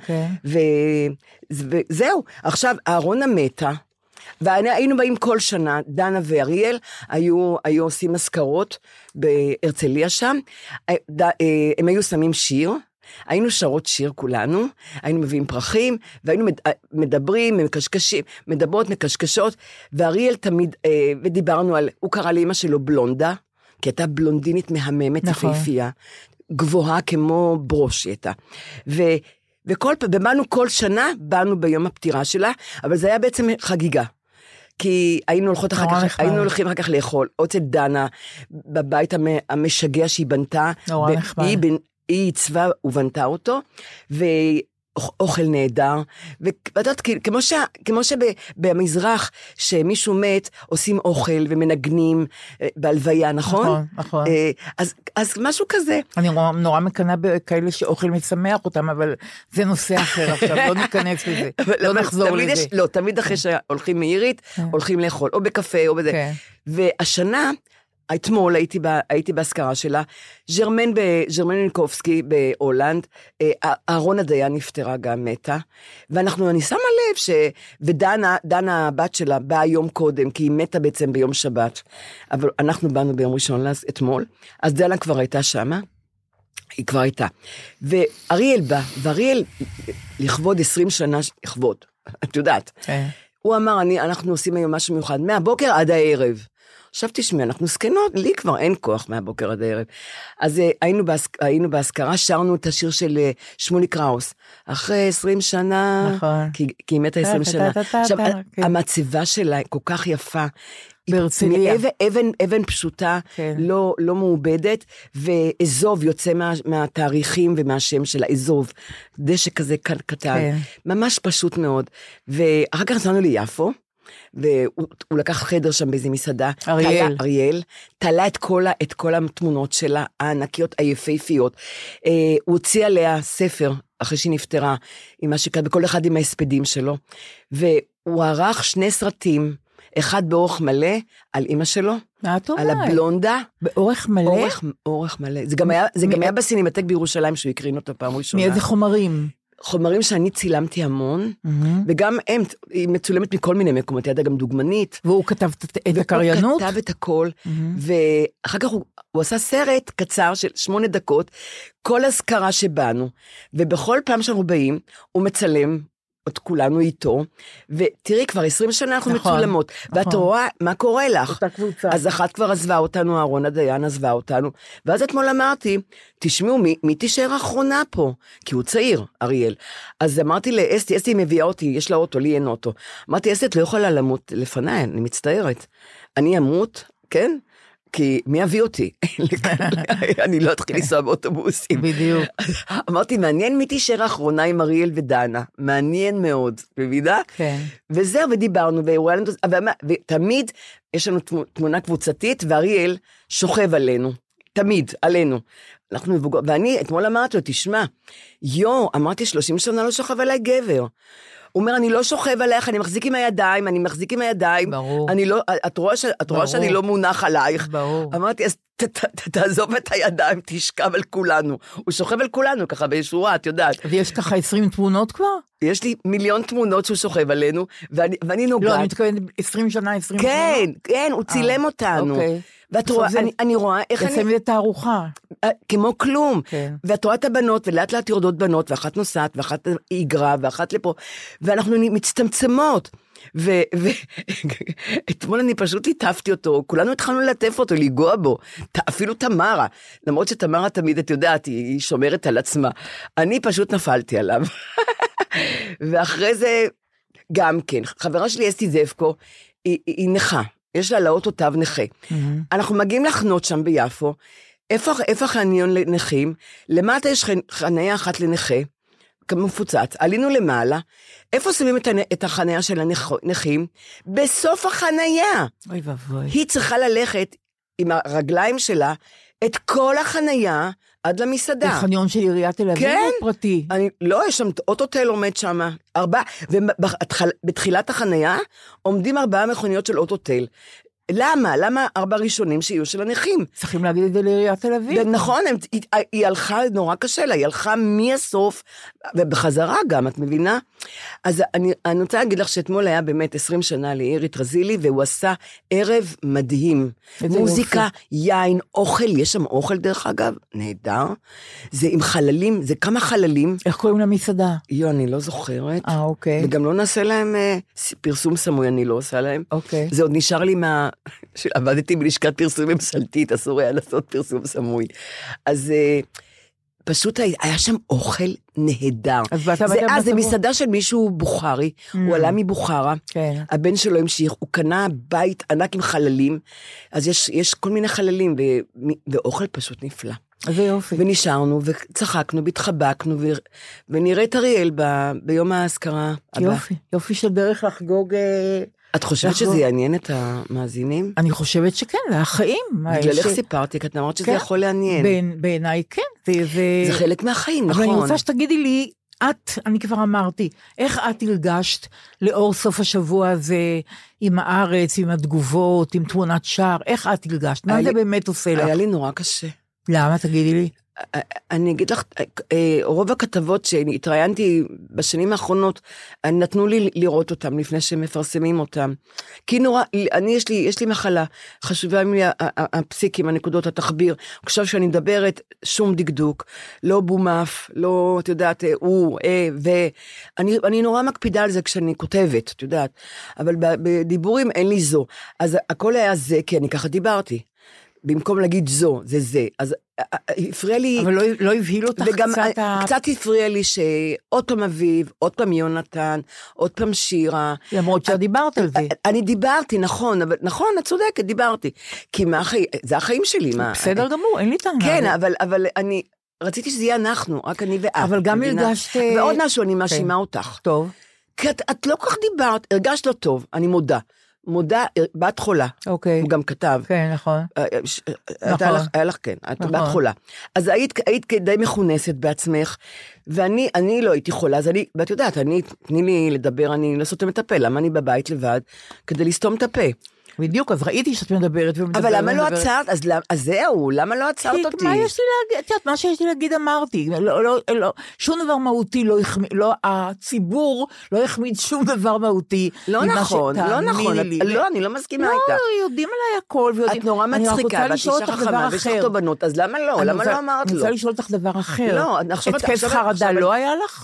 וזהו, עכשיו, אהרונה מתה, והיינו באים כל שנה, דנה ואריאל, היו עושים מזכרות בהרצליה שם, הם היו שמים שיר, היינו שרות שיר כולנו, היינו מביאים פרחים, והיינו מדברים, מדברות, מקשקשות, ואריאל תמיד, ודיברנו על, הוא קרא לאמא שלו בלונדה, כי הייתה בלונדינית מהממת, יפהפייה, גבוהה כמו ברוש הייתה, וכל פעם, ובאנו כל שנה, באנו ביום הפטירה שלה, אבל זה היה בעצם חגיגה. כי היינו הולכים אחר כך לאכול, אצל דנה, בבית המשגע שהיא בנתה, היא עיצבה ובנתה אותו, אוכל נהדר, ואת יודעת, כמו שבמזרח, שמישהו מת, עושים אוכל ומנגנים בהלוויה, נכון? נכון. אז משהו כזה. אני נורא מקנה בכאלה שאוכל משמח אותם, אבל זה נושא אחר עכשיו, לא ניכנס לזה, לא נחזור לזה. לא, תמיד אחרי שהולכים מעירית, הולכים לאכול, או בקפה, או בזה. והשנה, אתמול הייתי בהזכרה שלה, ז'רמן ניקובסקי בהולנד, אהרון הדיין נפטרה גם מתה, אני שמה לב ודנה הבת שלה באה יום קודם, כי היא מתה בעצם ביום שבת, אבל אנחנו באנו ביום ראשון אתמול, אז דנה כבר הייתה שמה, היא כבר הייתה, ואריאל בא, ואריאל לכבוד 20 שנה, לכבוד, את יודעת, הוא אמר, אנחנו עושים היום משהו מיוחד, מהבוקר עד הערב, עכשיו תשמע, אנחנו סקנות, לי כבר אין כוח מהבוקר עד הערב. אז היינו בהזכרה, שרנו את השיר של שמולי קראוס, אחרי 20 שנה, נכון. כי היא מתה 20 שנה. עכשיו, המצבה שלה כל כך יפה, בהרצליה. אבן פשוטה, לא מעובדת, ואזוב יוצא מהתאריכים ומהשם של האזוב, דשא כזה קטן, ממש פשוט מאוד. ואחר כך נסענו ליפו, והוא לקח חדר שם באיזה מסעדה, אריאל, תלה את כל התמונות שלה, הענקיות, היפהפיות, הוא הוציא עליה ספר, אחרי שהיא נפטרה, עם מה שקרה, בכל אחד עם ההספדים שלו, והוא ערך 2 סרטים, אחד באורך מלא, על אמא שלו, על הבלונדה. באורך מלא? אורך מלא, זה גם היה בסינמטק בירושלים, שהוא הקרין אותו פעם ראשונה. מאיזה חומרים? חומרים שאני צילמתי המון, וגם היא מצולמת מכל מיני מקומות, היא הייתה גם דוגמנית. והוא כתב את הקריינות? הוא כתב את הכל, ואחר כך הוא עשה סרט קצר של 8 דקות, כל הזכרה שבאנו, ובכל פעם שאנחנו באים, הוא מצלם, עוד כולנו איתו, ותראי, כבר 20 שנה אנחנו מצולמות, ואת רואה מה קורה לך. אותה קבוצה. אז אחת כבר עזבה אותנו, אהרון הדיין עזבה אותנו, ואז אתמול אמרתי, תשמעו, מי תישאר האחרונה פה? כי הוא צעיר, אריאל. אז אמרתי לאסתי, אסתי מביאה אותי, יש לה אוטו, לי אין אוטו. אמרתי, אסתי, את לא יכולה למות לפניי, אני מצטערת. אני אמות, כן? כי מי הביא אותי? אני לא אתחיל לנסוע באוטובוסים. בדיוק. אמרתי, מעניין מי תישאר האחרונה עם אריאל ודנה. מעניין מאוד, בבידה? כן. וזהו, ודיברנו, ותמיד יש לנו תמונה קבוצתית, ואריאל שוכב עלינו. תמיד, עלינו. אנחנו מבוגר, ואני אתמול אמרתי לו, תשמע, אמרתי 30 שנה לא שוכב עליי גבר. הוא אומר, אני לא שוכב עליך, אני מחזיק עם הידיים, ברור. את רואה שאני לא מונח עלייך. ברור. אמרתי, אז תעזוב את הידיים, תשכב על כולנו. הוא שוכב על כולנו, ככה בשורה, את יודעת. ויש ככה 20 תמונות כבר? יש לי 1,000,000 תמונות שהוא שוכב עלינו, ואני נוגעת. לא, אני מתכוונת 20 שנה. כן, הוא צילם אותנו. אוקיי. ואת רואה, אני רואה איך אני... לסיים את התערוכה. כמו כלום. כן. ואת רואה את הבנות, ולאט לאט יורדות בנות, ואחת נוסעת, ואחת היגרה, ואחת לפה, ואנחנו מצטמצמות. ואתמול אני פשוט ליטפתי אותו, כולנו התחלנו ללטף אותו, לגוע בו, אפילו תמרה, למרות שתמרה תמיד, את יודעת, היא שומרת על עצמה. אני פשוט נפלתי עליו. ואחרי זה, גם כן, חברה שלי אסתי זבקו, היא נכה. יש לה לאוטו תו נכה. אנחנו מגיעים לחנות שם ביפו, איפה החניון לנכים? למטה יש חניה אחת לנכה, כמפוצץ, עלינו למעלה, איפה שמים את החניה של הנכים? בסוף החניה. אוי ואבוי. היא צריכה ללכת עם הרגליים שלה, את כל החניה עד למסעדה. זה חניון של עיריית תל אביב או פרטי? לא, יש שם אוטוטל עומד שם, 4, ובתחילת החניה עומדים 4 מכוניות של אוטוטל. למה 4 ראשונים שיהיו של הנכים? צריכים להגיד את זה לעיריית תל אביב. נכון, היא הלכה, נורא קשה לה, היא הלכה מהסוף, ובחזרה גם, את מבינה? אז אני רוצה להגיד לך שאתמול היה באמת 20 שנה לאירית רזילי, והוא עשה ערב מדהים. מוזיקה, יין, אוכל, יש שם אוכל דרך אגב, נהדר. זה עם חללים, זה כמה חללים. איך קוראים למסעדה? אני לא זוכרת. אוקיי. וגם לא נעשה להם פרסום סמוי, אני לא עושה להם. אוקיי. זה עוד נשאר לי עבדתי בלשכת פרסום ממשלתית, אסור היה לעשות פרסום סמוי. אז פשוט היה שם אוכל נהדר. זה מסעדה של מישהו בוכרי, הוא עלה מבוכרה, הבן שלו המשיך, הוא קנה בית ענק עם חללים, אז יש כל מיני חללים, ואוכל פשוט נפלא. איזה יופי. ונשארנו, וצחקנו, והתחבקנו, ונראה את אריאל ביום האזכרה הבא. יופי, יופי של דרך לחגוג... את חושבת שזה יעניין את המאזינים? אני חושבת שכן, זה החיים. בגלל איך סיפרתי, כי את אמרת שזה יכול לעניין. בעיניי כן. זה חלק מהחיים, נכון. אבל אני רוצה שתגידי לי, אני כבר אמרתי, איך את הרגשת לאור סוף השבוע הזה, עם הארץ, עם התגובות, עם תמונת שער, איך את הרגשת? מה זה באמת עושה לך? היה לי נורא קשה. למה? תגידי לי. אני אגיד לך, רוב הכתבות שהתראיינתי בשנים האחרונות, נתנו לי לראות אותם לפני שמפרסמים אותם. כי נורא, יש לי מחלה, חשובה לי הפסיקים, הנקודות, התחביר. עכשיו שאני מדברת, שום דקדוק, לא בומף, לא, את יודעת, ואני נורא מקפידה על זה כשאני כותבת, את יודעת. אבל בדיבורים אין לי זו. אז הכל היה זה, כי אני ככה דיברתי. במקום להגיד זו, זה זה. אז הפריע לי... אבל לא הבהיל אותך וגם קצת... קצת הפריע לי שעוד פעם אביב, עוד פעם יונתן, עוד פעם שירה. למרות שדיברת על זה. אני דיברתי, נכון, נכון, את צודקת, דיברתי. כי זה החיים שלי, מה... בסדר גמור, אין לי טענה. כן, אבל אני רציתי שזה יהיה אנחנו, רק אני ואת. אבל גם הרגשת... ועוד משהו, אני מאשימה אותך. טוב. כי את לא כך דיברת, הרגשת לא טוב, אני מודה, בת חולה. אוקיי. הוא גם כתב. כן, נכון. היה לך, כן, את בת חולה. אז היית די מכונסת בעצמך, ואני לא הייתי חולה, ואת יודעת, תני לי לדבר, אני לא סותם את הפה, למה אני בבית לבד? כדי לסתום את הפה. בדיוק, אז ראיתי שאת מדברת ומדברת. אבל למה לא עצרת? אז זהו, למה לא עצרת אותי? מה יש לי להגיד? את יודעת, מה שיש לי להגיד אמרתי. שום דבר מהותי לא, הציבור לא החמיד שום דבר מהותי. לא נכון, לא נכון. לא, אני לא מסכימה איתך. לא, יודעים עליי הכל. את נורא מצחיקה, ואת אישה חכמה, ויש לך תובנות, אז למה לא? למה לא אמרת לו? אני רוצה לשאול אותך דבר אחר. לא, התקף חרדה לא היה לך?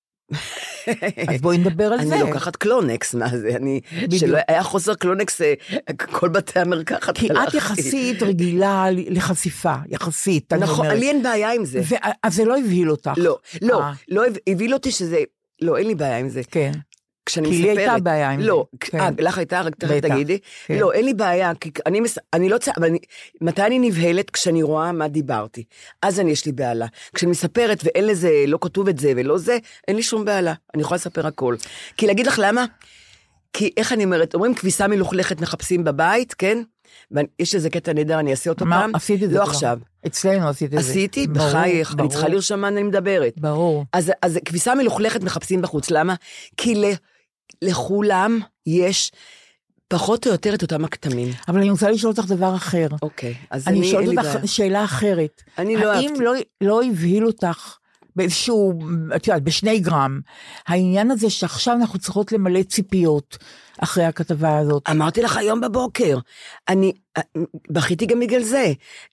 אז בואי נדבר על זה. אני לוקחת קלונקס, מה זה? שלא היה חוסר קלונקס, כל בתי המרקחת. כי את יחסית רגילה לחשיפה, יחסית. נכון, לי אין בעיה עם זה. אז זה לא הבהיל אותך. לא, הבהיל אותי שזה, לא, אין לי בעיה עם זה. כן. כשאני כי מספרת. לי הייתה בעיה עם זה. לא, לך הייתה, רק תגידי. לא, אין לי בעיה, כי אני לא אבל מתי אני נבהלת כשאני רואה מה דיברתי? אז יש לי בעלה. כשאני מספרת ואין לזה, לא כתוב את זה ולא זה, אין לי שום בעלה. אני יכולה לספר הכל. כי להגיד לך למה? כי איך אני אומרת, אומרים כביסה מלוכלכת מחפשים בבית, כן? ויש איזה קטע נהדר, אני אעשה אותו פעם. עשיתי את זה. לא עכשיו. אצלנו עשיתי את זה. עשיתי, בחייך, אני צריכה לרשום מה אני מדברת. ברור. אז כביסה מלוכלכת מחפשים בחוץ, למה? כי לכולם יש פחות או יותר את אותם הכתמים. אבל אני רוצה לשאול אותך דבר אחר. אוקיי, אז אני שואלת אותך שאלה אחרת. האם לא הבהיל אותך באיזשהו, את יודעת, בשני גרם, העניין הזה שעכשיו אנחנו צריכות למלא ציפיות אחרי הכתבה הזאת? אמרתי לך היום בבוקר, אני בכיתי גם בגלל זה.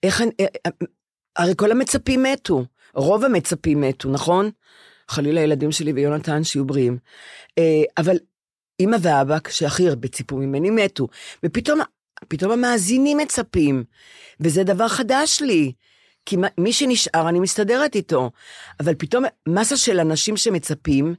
הרי כל המצפים מתו, רוב המצפים מתו, נכון? חלילה הילדים שלי ויונתן שיהיו בריאים. אבל אמא ואבא, שהכי הרבה ציפו ממני, מתו. ופתאום המאזינים מצפים. וזה דבר חדש לי. כי מי שנשאר, אני מסתדרת איתו. אבל פתאום מסה של אנשים שמצפים,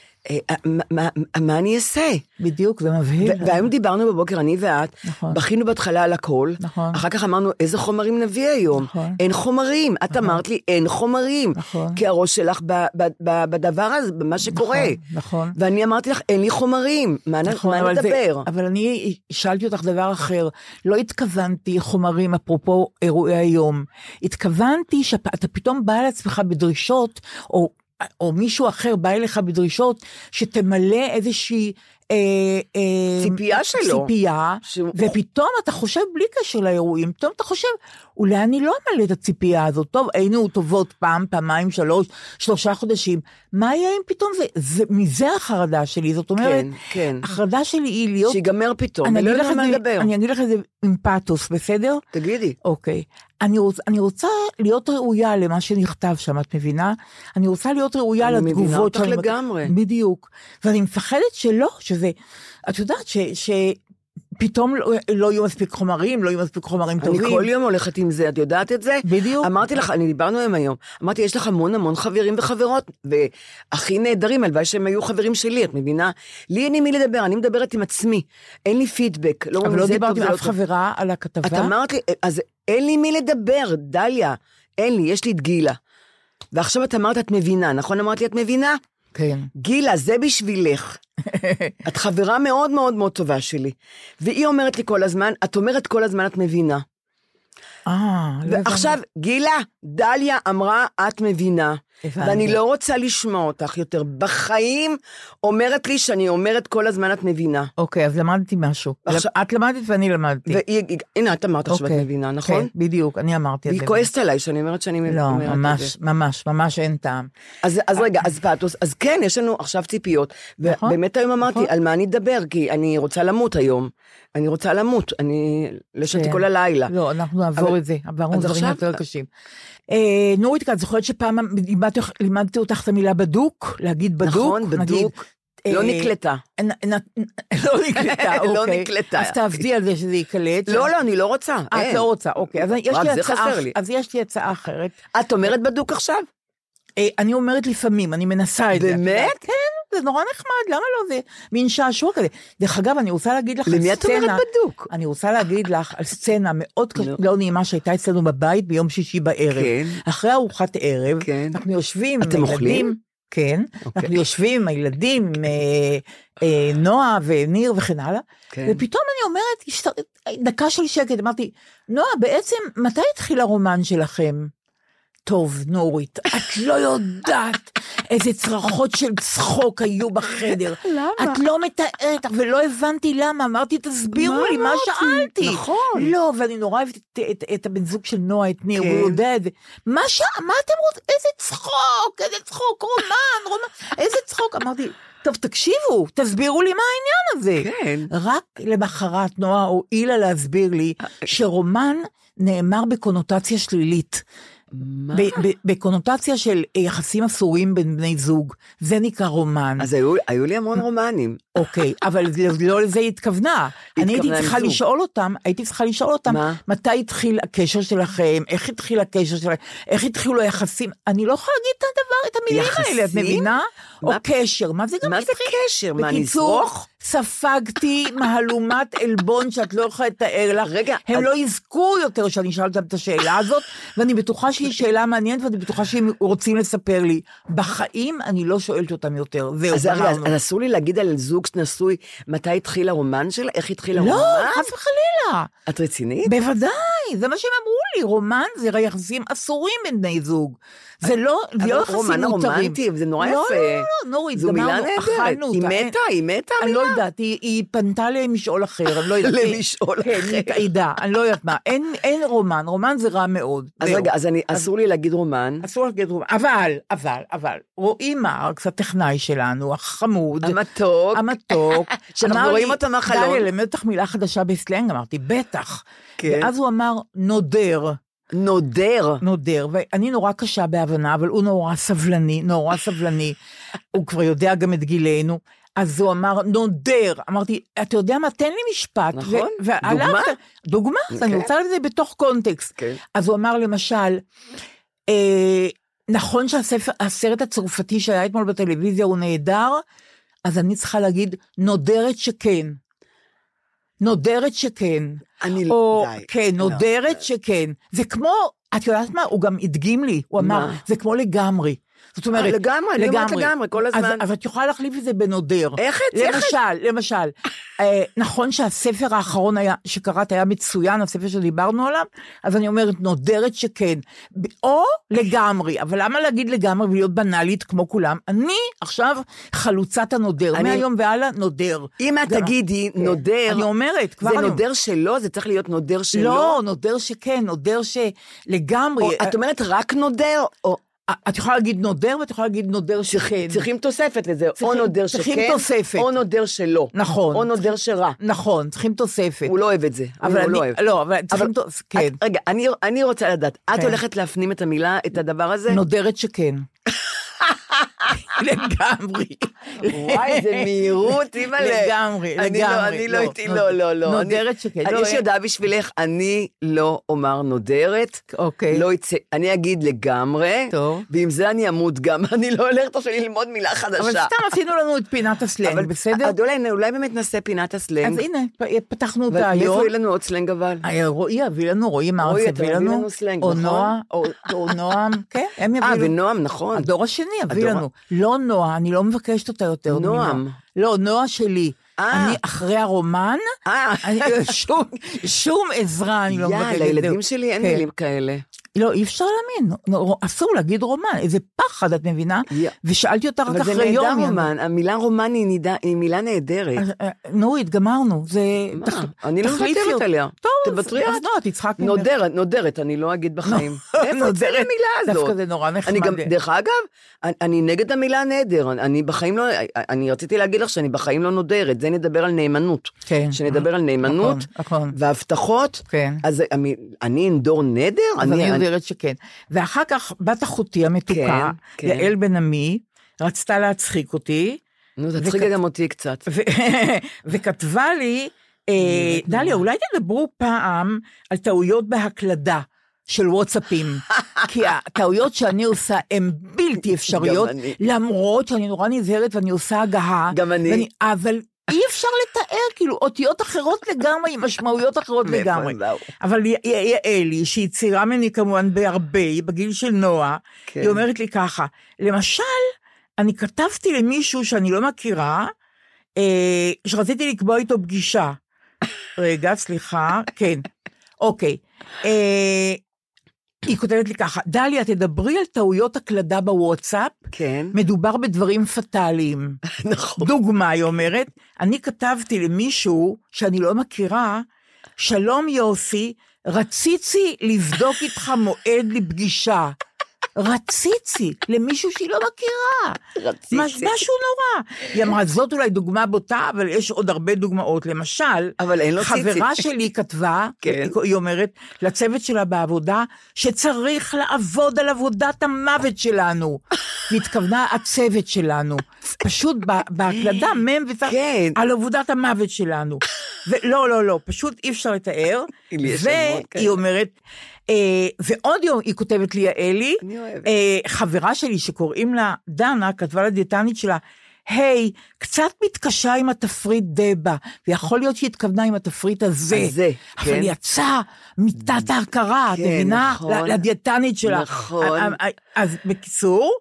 מה אני אעשה? בדיוק, זה מבהיל. והיום דיברנו בבוקר, אני ואת, בכינו בהתחלה על הכל, אחר כך אמרנו, איזה חומרים נביא היום? אין חומרים. את אמרת לי, אין חומרים. כי הראש שלך בדבר הזה, במה שקורה. ואני אמרתי לך, אין לי חומרים. מה נדבר? אבל אני שאלתי אותך דבר אחר. לא התכוונתי חומרים, אפרופו אירועי היום. התכוונתי שאתה פתאום בא לעצמך בדרישות, או מישהו אחר בא אליך בדרישות, שתמלא איזושהי ציפייה שלו. ציפייה, ופתאום אתה חושב בלי קשר לאירועים, פתאום אתה חושב, אולי אני לא אמלא את הציפייה הזאת, טוב, היינו טובות פעם, פעמיים, 3 חודשים, מה יהיה אם פתאום זה, מזה החרדה שלי, זאת אומרת, כן. החרדה שלי היא להיות, שיגמר פתאום, אני לא יודע מה לדבר. אני אגיד לך את זה עם פאטוס, בסדר? תגידי. אוקיי. אני רוצה להיות ראויה למה שנכתב שם, את מבינה? אני רוצה להיות ראויה לתגובות. אני מבינה אותך לגמרי. בדיוק. ואני מפחדת שלא, שזה, את יודעת שפתאום לא יהיו מספיק חומרים, לא יהיו מספיק חומרים טובים. אני כל יום הולכת עם זה, את יודעת את זה? בדיוק. אמרתי לך, דיברנו היום, אמרתי, יש לך המון חברים וחברות, והכי נהדרים, הלוואי שהם היו חברים שלי, את מבינה? לי אין עם מי לדבר, אני מדברת עם עצמי, אין לי פידבק. אבל לא דיברתי עם אף חברה על הכתבה. את אמרת לי, אז אין לי מי לדבר, דליה, אין לי, יש לי את גילה. ועכשיו את אמרת, את מבינה, נכון? אמרתי, את מבינה? כן. גילה, זה בשבילך. את חברה מאוד מאוד מאוד טובה שלי. והיא אומרת לי כל הזמן, את אומרת כל הזמן, את מבינה. ועכשיו, גילה, דליה אמרה, את מבינה. ואני לא רוצה לשמוע אותך יותר. בחיים אומרת לי שאני אומרת כל הזמן את מבינה. אוקיי, אז למדתי משהו. את למדת ואני למדתי. הנה, את אמרת שאת מבינה, נכון? כן, בדיוק, אני אמרתי את זה. והיא כועסת עליי שאני אומרת שאני מבינה. לא, ממש אין טעם. אז רגע, אז כן, יש לנו עכשיו ציפיות. ובאמת היום אמרתי, על מה אני אדבר? כי אני רוצה למות היום. אני רוצה למות, אני לשתי כל הלילה. לא, אנחנו נעבור את זה, עברנו דברים יותר קשים. נורית, את זוכרת שפעם לימדתי אותך את המילה בדוק? להגיד בדוק? נכון, בדוק. לא נקלטה. לא נקלטה, אוקיי. לא נקלטה. אז תעבדי על זה שזה יקלט. לא, אני לא רוצה. את לא רוצה, אוקיי. אז יש לי הצעה אחרת. את אומרת בדוק עכשיו? אני אומרת לפעמים, אני מנסה את זה. באמת? כן, זה נורא נחמד, למה לא? זה מין שעשוע כזה. דרך אגב, אני רוצה להגיד לך על סצנה. למי את אומרת בדוק? אני רוצה להגיד לך על סצנה מאוד לא נעימה שהייתה אצלנו בבית ביום שישי בערב. אחרי ארוחת ערב, אנחנו יושבים עם הילדים. כן, אנחנו יושבים עם הילדים, נועה וניר וכן הלאה, ופתאום אני אומרת, דקה של שקט, אמרתי, נועה, בעצם מתי התחיל הרומן שלכם? טוב, נורית, את לא יודעת איזה צרחות של צחוק היו בחדר. למה? את לא מתארת, ולא הבנתי למה. אמרתי, תסבירו לי, מה שאלתי? נכון. לא, ואני נורא אוהבת את הבן זוג של נועה, את ניר, הוא יודע את זה. מה אתם רוצים? איזה צחוק, רומן, איזה צחוק. אמרתי, טוב, תקשיבו, תסבירו לי מה העניין הזה. כן. רק למחרת נועה הועילה להסביר לי שרומן נאמר בקונוטציה שלילית. בקונוטציה של יחסים אסורים בין בני זוג, זה נקרא רומן. אז היו לי המון רומנים. אוקיי, אבל לא לזה היא התכוונה. אני הייתי צריכה לשאול אותם, מתי התחיל הקשר שלכם, איך התחיל הקשר שלכם, איך התחילו היחסים, אני לא יכולה להגיד את המילים האלה, את מבינה? או קשר, מה זה גם מה זה קשר? מה, נזרוך? ספגתי מהלומת אלבון שאת לא יכולה לתאר לך. רגע, הם לא יזכו יותר שאני אשאל אותם את השאלה הזאת, ואני בטוחה שהיא שאלה מעניינת, ואני בטוחה שהם רוצים לספר לי. בחיים אני לא שואלת אותם יותר. אז אסור לי להגיד על זוג נשוי, מתי התחיל הרומן שלה? איך התחיל הרומן? לא, חס וחלילה. את רצינית? בוודאי, זה מה שהם אמרו לי, רומן זה יחסים אסורים בין בני זוג. זה לא יחסים מותרים. רומנטי, זה נורא יפה. לא, נורית, זו מילה נהדרת. היא מתה, אני לא יודעת, היא פנתה למשאול אחר, אני לא יודעת. למשאול אחר. אני לא יודעת מה, אין רומן זה רע מאוד. אז רגע, אז אסור לי להגיד רומן. אסור להגיד רומן, אבל, רועי מרקס, הטכנאי שלנו, החמוד. המתוק. שאנחנו רואים אותו מהחלון. דליה, למד אותך מילה חדשה בסלנג, אמרתי, בטח. ואז הוא אמר, נודר, ואני נורא קשה בהבנה, אבל הוא נורא סבלני, הוא כבר יודע גם את גילנו, אז הוא אמר, נודר, אמרתי, אתה יודע מה, תן לי משפט, נכון, דוגמה, אני רוצה לזה בתוך קונטקסט, אז הוא אמר למשל, נכון שהסרט הצרפתי שהיה אתמול בטלוויזיה הוא נהדר, אז אני צריכה להגיד, נודרת שכן, נודרת שכן, זה כמו, את יודעת מה, הוא גם הדגים לי, הוא אמר, זה כמו לגמרי, זאת אומרת, לגמרי, כל הזמן. אז את יכולה להחליף את זה בנודר. איך? למשל, נכון שהספר האחרון שקראת היה מצוין, הספר שדיברנו עליו, אז אני אומרת, נודרת שכן, או לגמרי, אבל למה להגיד לגמרי ולהיות בנאלית כמו כולם? אני עכשיו חלוצת הנודר, מהיום והלאה נודר. אם את תגידי נודר, אני אומרת, זה נודר שלו, זה צריך להיות נודר שלו? לא, נודר שכן, נודר שלגמרי. את אומרת רק נודר, או... את יכולה להגיד נודר, ואת יכולה להגיד נודר שכן. צריכים תוספת לזה, או נודר שכן, או נודר שלא. נכון. או נודר שרע. נכון, צריכים תוספת. הוא לא אוהב את זה. אבל צריכים תוספת, כן. רגע, אני רוצה לדעת, את הולכת להפנים את המילה, את הדבר הזה? נודרת שכן. לגמרי. וואי, זה מהירות, אימא'לה. לגמרי. אני לא איתי, לא. נודרת שכן. יש יודעה בשבילך, אני לא אומר נודרת. אוקיי. לא יצא, אני אגיד לגמרי. טוב. ועם זה אני אמות גם, אני לא הולכת עכשיו ללמוד מילה חדשה. אבל סתם עשינו לנו את פינת הסלנג, בסדר? אולי באמת נעשה פינת הסלנג. אז הנה, פתחנו אותה היום. מאיפה יהיה לנו עוד סלנג אבל? רועי הביא לנו, רועי מרץ הביא לנו סלנג, או נכון? נועה, או נועם, כן, הם יביאו. ונועם, נכון. הדור השני הביא לנו. לא נועה, אני לא מבקשת אותה יותר. נועם. לא, נועה שלי. אני אחרי הרומן, שום עזרה אני לא מבקשת. לילדים שלי אין מילים כאלה. לא, אי אפשר להאמין, אסור להגיד רומן, איזה פחד, את מבינה? ושאלתי אותה רק אחרי יום. אבל זה נהדר רומן, המילה רומן היא מילה נהדרת. נורית, גמרנו, זה... אני לא מוותרת עליה. טוב, אז לא, תצחק ממך. נודרת, אני לא אגיד בחיים. איפה יוצא המילה הזאת? דווקא זה נורא נחמד. דרך אגב, אני נגד המילה נהדר, אני בחיים לא, אני רציתי להגיד לך שאני בחיים לא נודרת, זה נדבר על נאמנות. כן. שנדבר על נאמנות, והבטחות, אז אני אנדור נדר? אני יודעת שכן. ואחר כך בת אחותי המתוקה, יעל בן עמי, רצתה להצחיק אותי. נו, תצחיקה גם אותי קצת. וכתבה לי, דליה, אולי תדברו פעם על טעויות בהקלדה של וואטסאפים, כי הטעויות שאני עושה הן בלתי אפשריות, למרות שאני נורא נזהרת ואני עושה הגהה. גם אני. אבל אי אפשר לתאר, כאילו, אותיות אחרות לגמרי, עם משמעויות אחרות לגמרי. אבל יעלי, שהיא צעירה ממני כמובן בהרבה, בגיל של נועה, היא אומרת לי ככה, למשל, אני כתבתי למישהו שאני לא מכירה, שרציתי לקבוע איתו פגישה. רגע, סליחה, כן, אוקיי. היא כותבת לי ככה, דליה, תדברי על טעויות הקלדה בוואטסאפ, כן. מדובר בדברים פטאליים. נכון. דוגמה, היא אומרת, אני כתבתי למישהו שאני לא מכירה, שלום יוסי, רציתי לבדוק איתך מועד לפגישה. רציתי, למישהו שהיא לא מכירה. רציתי. משהו נורא. היא אמרה, זאת אולי דוגמה בוטה, אבל יש עוד הרבה דוגמאות. למשל, חברה שלי כתבה, היא אומרת, לצוות שלה בעבודה, שצריך לעבוד על עבודת המוות שלנו. והתכוונה הצוות שלנו. פשוט בהקלדה, מם וצריך, על עבודת המוות שלנו. לא, פשוט אי אפשר לתאר. והיא אומרת, ועוד יום היא כותבת לי יעלי, חברה שלי שקוראים לה דנה, כתבה לדיאטנית שלה, היי, קצת מתקשה עם התפריט דבה, ויכול להיות שהיא התכוונה עם התפריט הזה, אבל יצא מתת ההכרה, את מבינה? לדיאטנית שלה. נכון. אז בקיצור,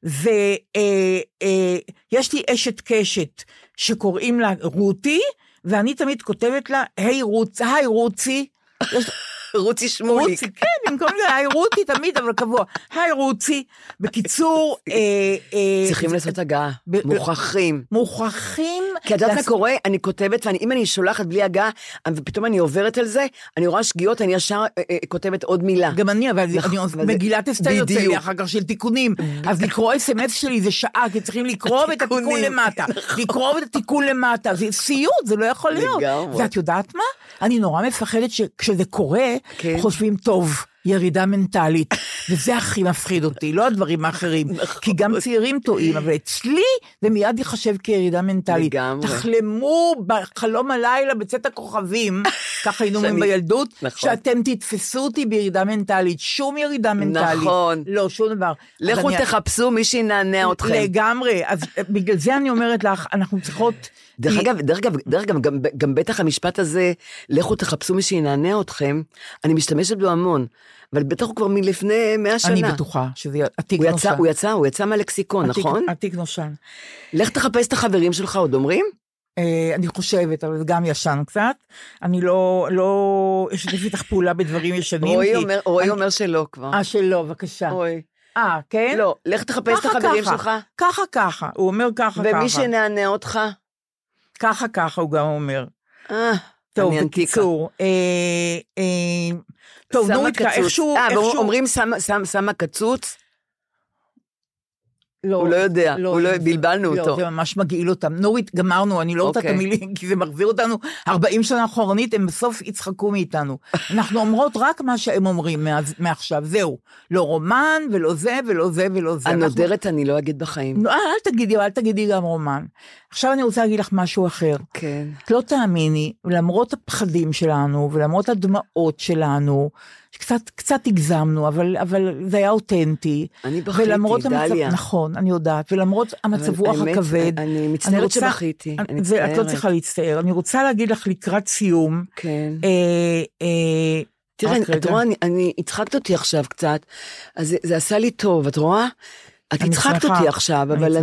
ויש לי אשת קשת, שקוראים לה רותי, ואני תמיד כותבת לה, היי רוצי, רוצי שמוליק. רוצי, כן, במקום זה, היי רותי תמיד, אבל קבוע, היי רוצי, בקיצור, צריכים לעשות הגעה, מוכרחים. כי את יודעת מה קורה, אני כותבת, ואם אני שולחת בלי הגעה, ופתאום אני עוברת על זה, אני רואה שגיאות, אני ישר כותבת עוד מילה. גם אני, אבל מגילת אסתר יוצא לי אחר כך של תיקונים, אז לקרוא SMS שלי זה שעה, כי צריכים לקרוא את התיקון למטה, לקרוא את התיקון למטה, זה סיוט, זה לא יכול להיות. ואת יודעת מה? אני נורא מפחדת שכשזה קורה, חושבים טוב, ירידה מנטלית, וזה הכי מפחיד אותי, לא הדברים האחרים, כי גם צעירים טועים, אבל אצלי זה מיד יחשב כירידה מנטלית. תחלמו בחלום הלילה בצאת הכוכבים, ככה היינו בילדות, שאתם תתפסו אותי בירידה מנטלית, שום ירידה מנטלית. נכון. לא, שום דבר. לכו תחפשו מי שינענע אתכם. לגמרי, אז בגלל זה אני אומרת לך, אנחנו צריכות... דרך אגב, גם בטח המשפט הזה, לכו תחפשו מי שינענע אתכם, אני משתמשת בו המון, אבל בטח הוא כבר מלפני 100 שנה. אני בטוחה שזה עתיק נושן. הוא יצא מהלקסיקון, נכון? עתיק נושן. לך תחפש את החברים שלך, עוד אומרים? אני חושבת, אבל זה גם ישן קצת. אני לא אשתף איתך פעולה בדברים ישנים. רועי אומר שלא כבר. שלא, בבקשה. רועי. כן? לא, לך תחפש את החברים שלך. ככה, הוא אומר ככה. ומי שנענה אותך? ככה הוא גם אומר. טוב, בקיצור. טוב, נו, איכשהו... אומרים שמה קצוץ? הוא לא יודע, בלבלנו אותו. זה ממש מגעיל אותם. נורית, גמרנו, אני לא רוצה את המילים, כי זה מחזיר אותנו 40 שנה אחורנית, הם בסוף יצחקו מאיתנו. אנחנו אומרות רק מה שהם אומרים מעכשיו, זהו. לא רומן, ולא זה, ולא זה, ולא זה. הנודרת אני לא אגיד בחיים. אל תגידי גם רומן. עכשיו אני רוצה להגיד לך משהו אחר. כן. את לא תאמיני, למרות הפחדים שלנו, ולמרות הדמעות שלנו, קצת הגזמנו, אבל זה היה אותנטי. אני בכיתי, דליה. נכון, אני יודעת, ולמרות המצב רוח הכבד. אני מצטערת שבכיתי, אני מצטערת. את לא צריכה להצטער. אני רוצה להגיד לך לקראת סיום. כן. תראה, את רואה, אני הצחקת אותי עכשיו קצת, אז זה עשה לי טוב, את רואה? את הצחקת אותי עכשיו, אבל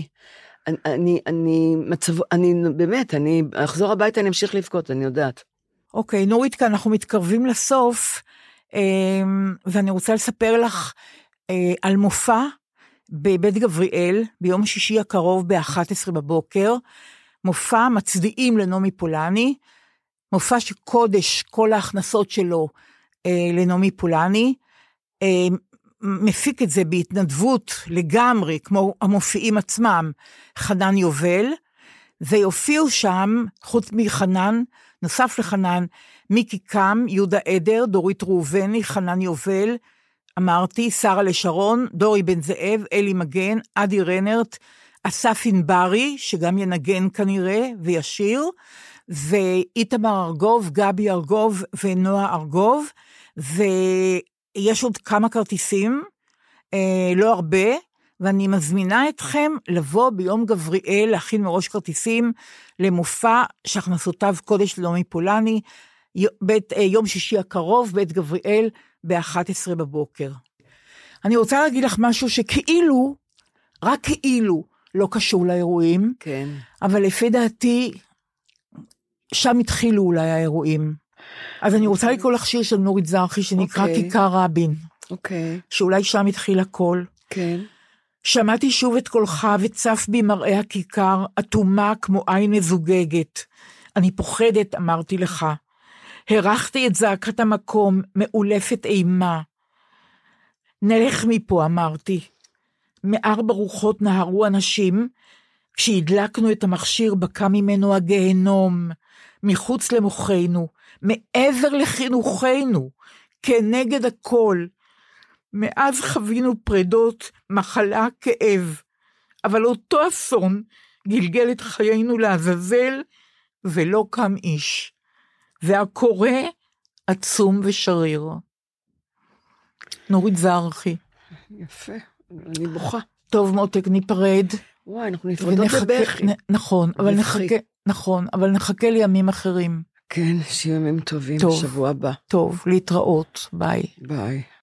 אני באמת, אני אחזור הביתה, אני אמשיך לבכות, אני יודעת. אוקיי, נורית, כאן אנחנו מתקרבים לסוף, ואני רוצה לספר לך על מופע בבית גבריאל, ביום שישי הקרוב ב-11 בבוקר, מופע מצדיעים לנעמי פולני, מופע שקודש כל ההכנסות שלו לנעמי פולני, מפיק את זה בהתנדבות לגמרי, כמו המופיעים עצמם, חנן יובל, ויופיעו שם, חוץ מחנן, נוסף לחנן, מיקי קם, יהודה עדר, דורית ראובני, חנן יובל, אמרתי, שרה לשרון, דורי בן זאב, אלי מגן, אדי רנרט, אסף אינברי, שגם ינגן כנראה, וישיר, ואיתמר ארגוב, גבי ארגוב, ונועה ארגוב, ויש עוד כמה כרטיסים, לא הרבה, ואני מזמינה אתכם לבוא ביום גבריאל, להכין מראש כרטיסים, למופע שהכנסותיו קודש לנעמי פולני, יום שישי הקרוב, בית גבריאל, ב-11 בבוקר. אני רוצה להגיד לך משהו שכאילו, רק כאילו, לא קשור לאירועים, כן. אבל לפי דעתי, שם התחילו אולי האירועים. אז אני רוצה לקרוא לך שיר של נורית זרחי, שנקרא כיכר רבין. אוקיי. שאולי שם התחיל הכל. כן. שמעתי שוב את קולך וצף בי מראה הכיכר, אטומה כמו עין מזוגגת. אני פוחדת, אמרתי לך. הרחתי את זעקת המקום, מאולפת אימה. נלך מפה, אמרתי. מארבע רוחות נהרו אנשים, כשהדלקנו את המכשיר בקע ממנו הגהנום, מחוץ למוחנו, מעבר לחינוכנו, כנגד הכל. מאז חווינו פרדות, מחלה, כאב, אבל אותו אסון גלגל את חיינו לעזאזל, ולא קם איש. והקורא עצום ושריר. נורית זרחי. יפה, אני בוכה. טוב מותק, ניפרד. וואי, אנחנו נפרדות בבכי. נכון, אבל נחכה לימים אחרים. כן, שיהיו ימים טובים, שבוע הבא. טוב, להתראות, ביי. ביי.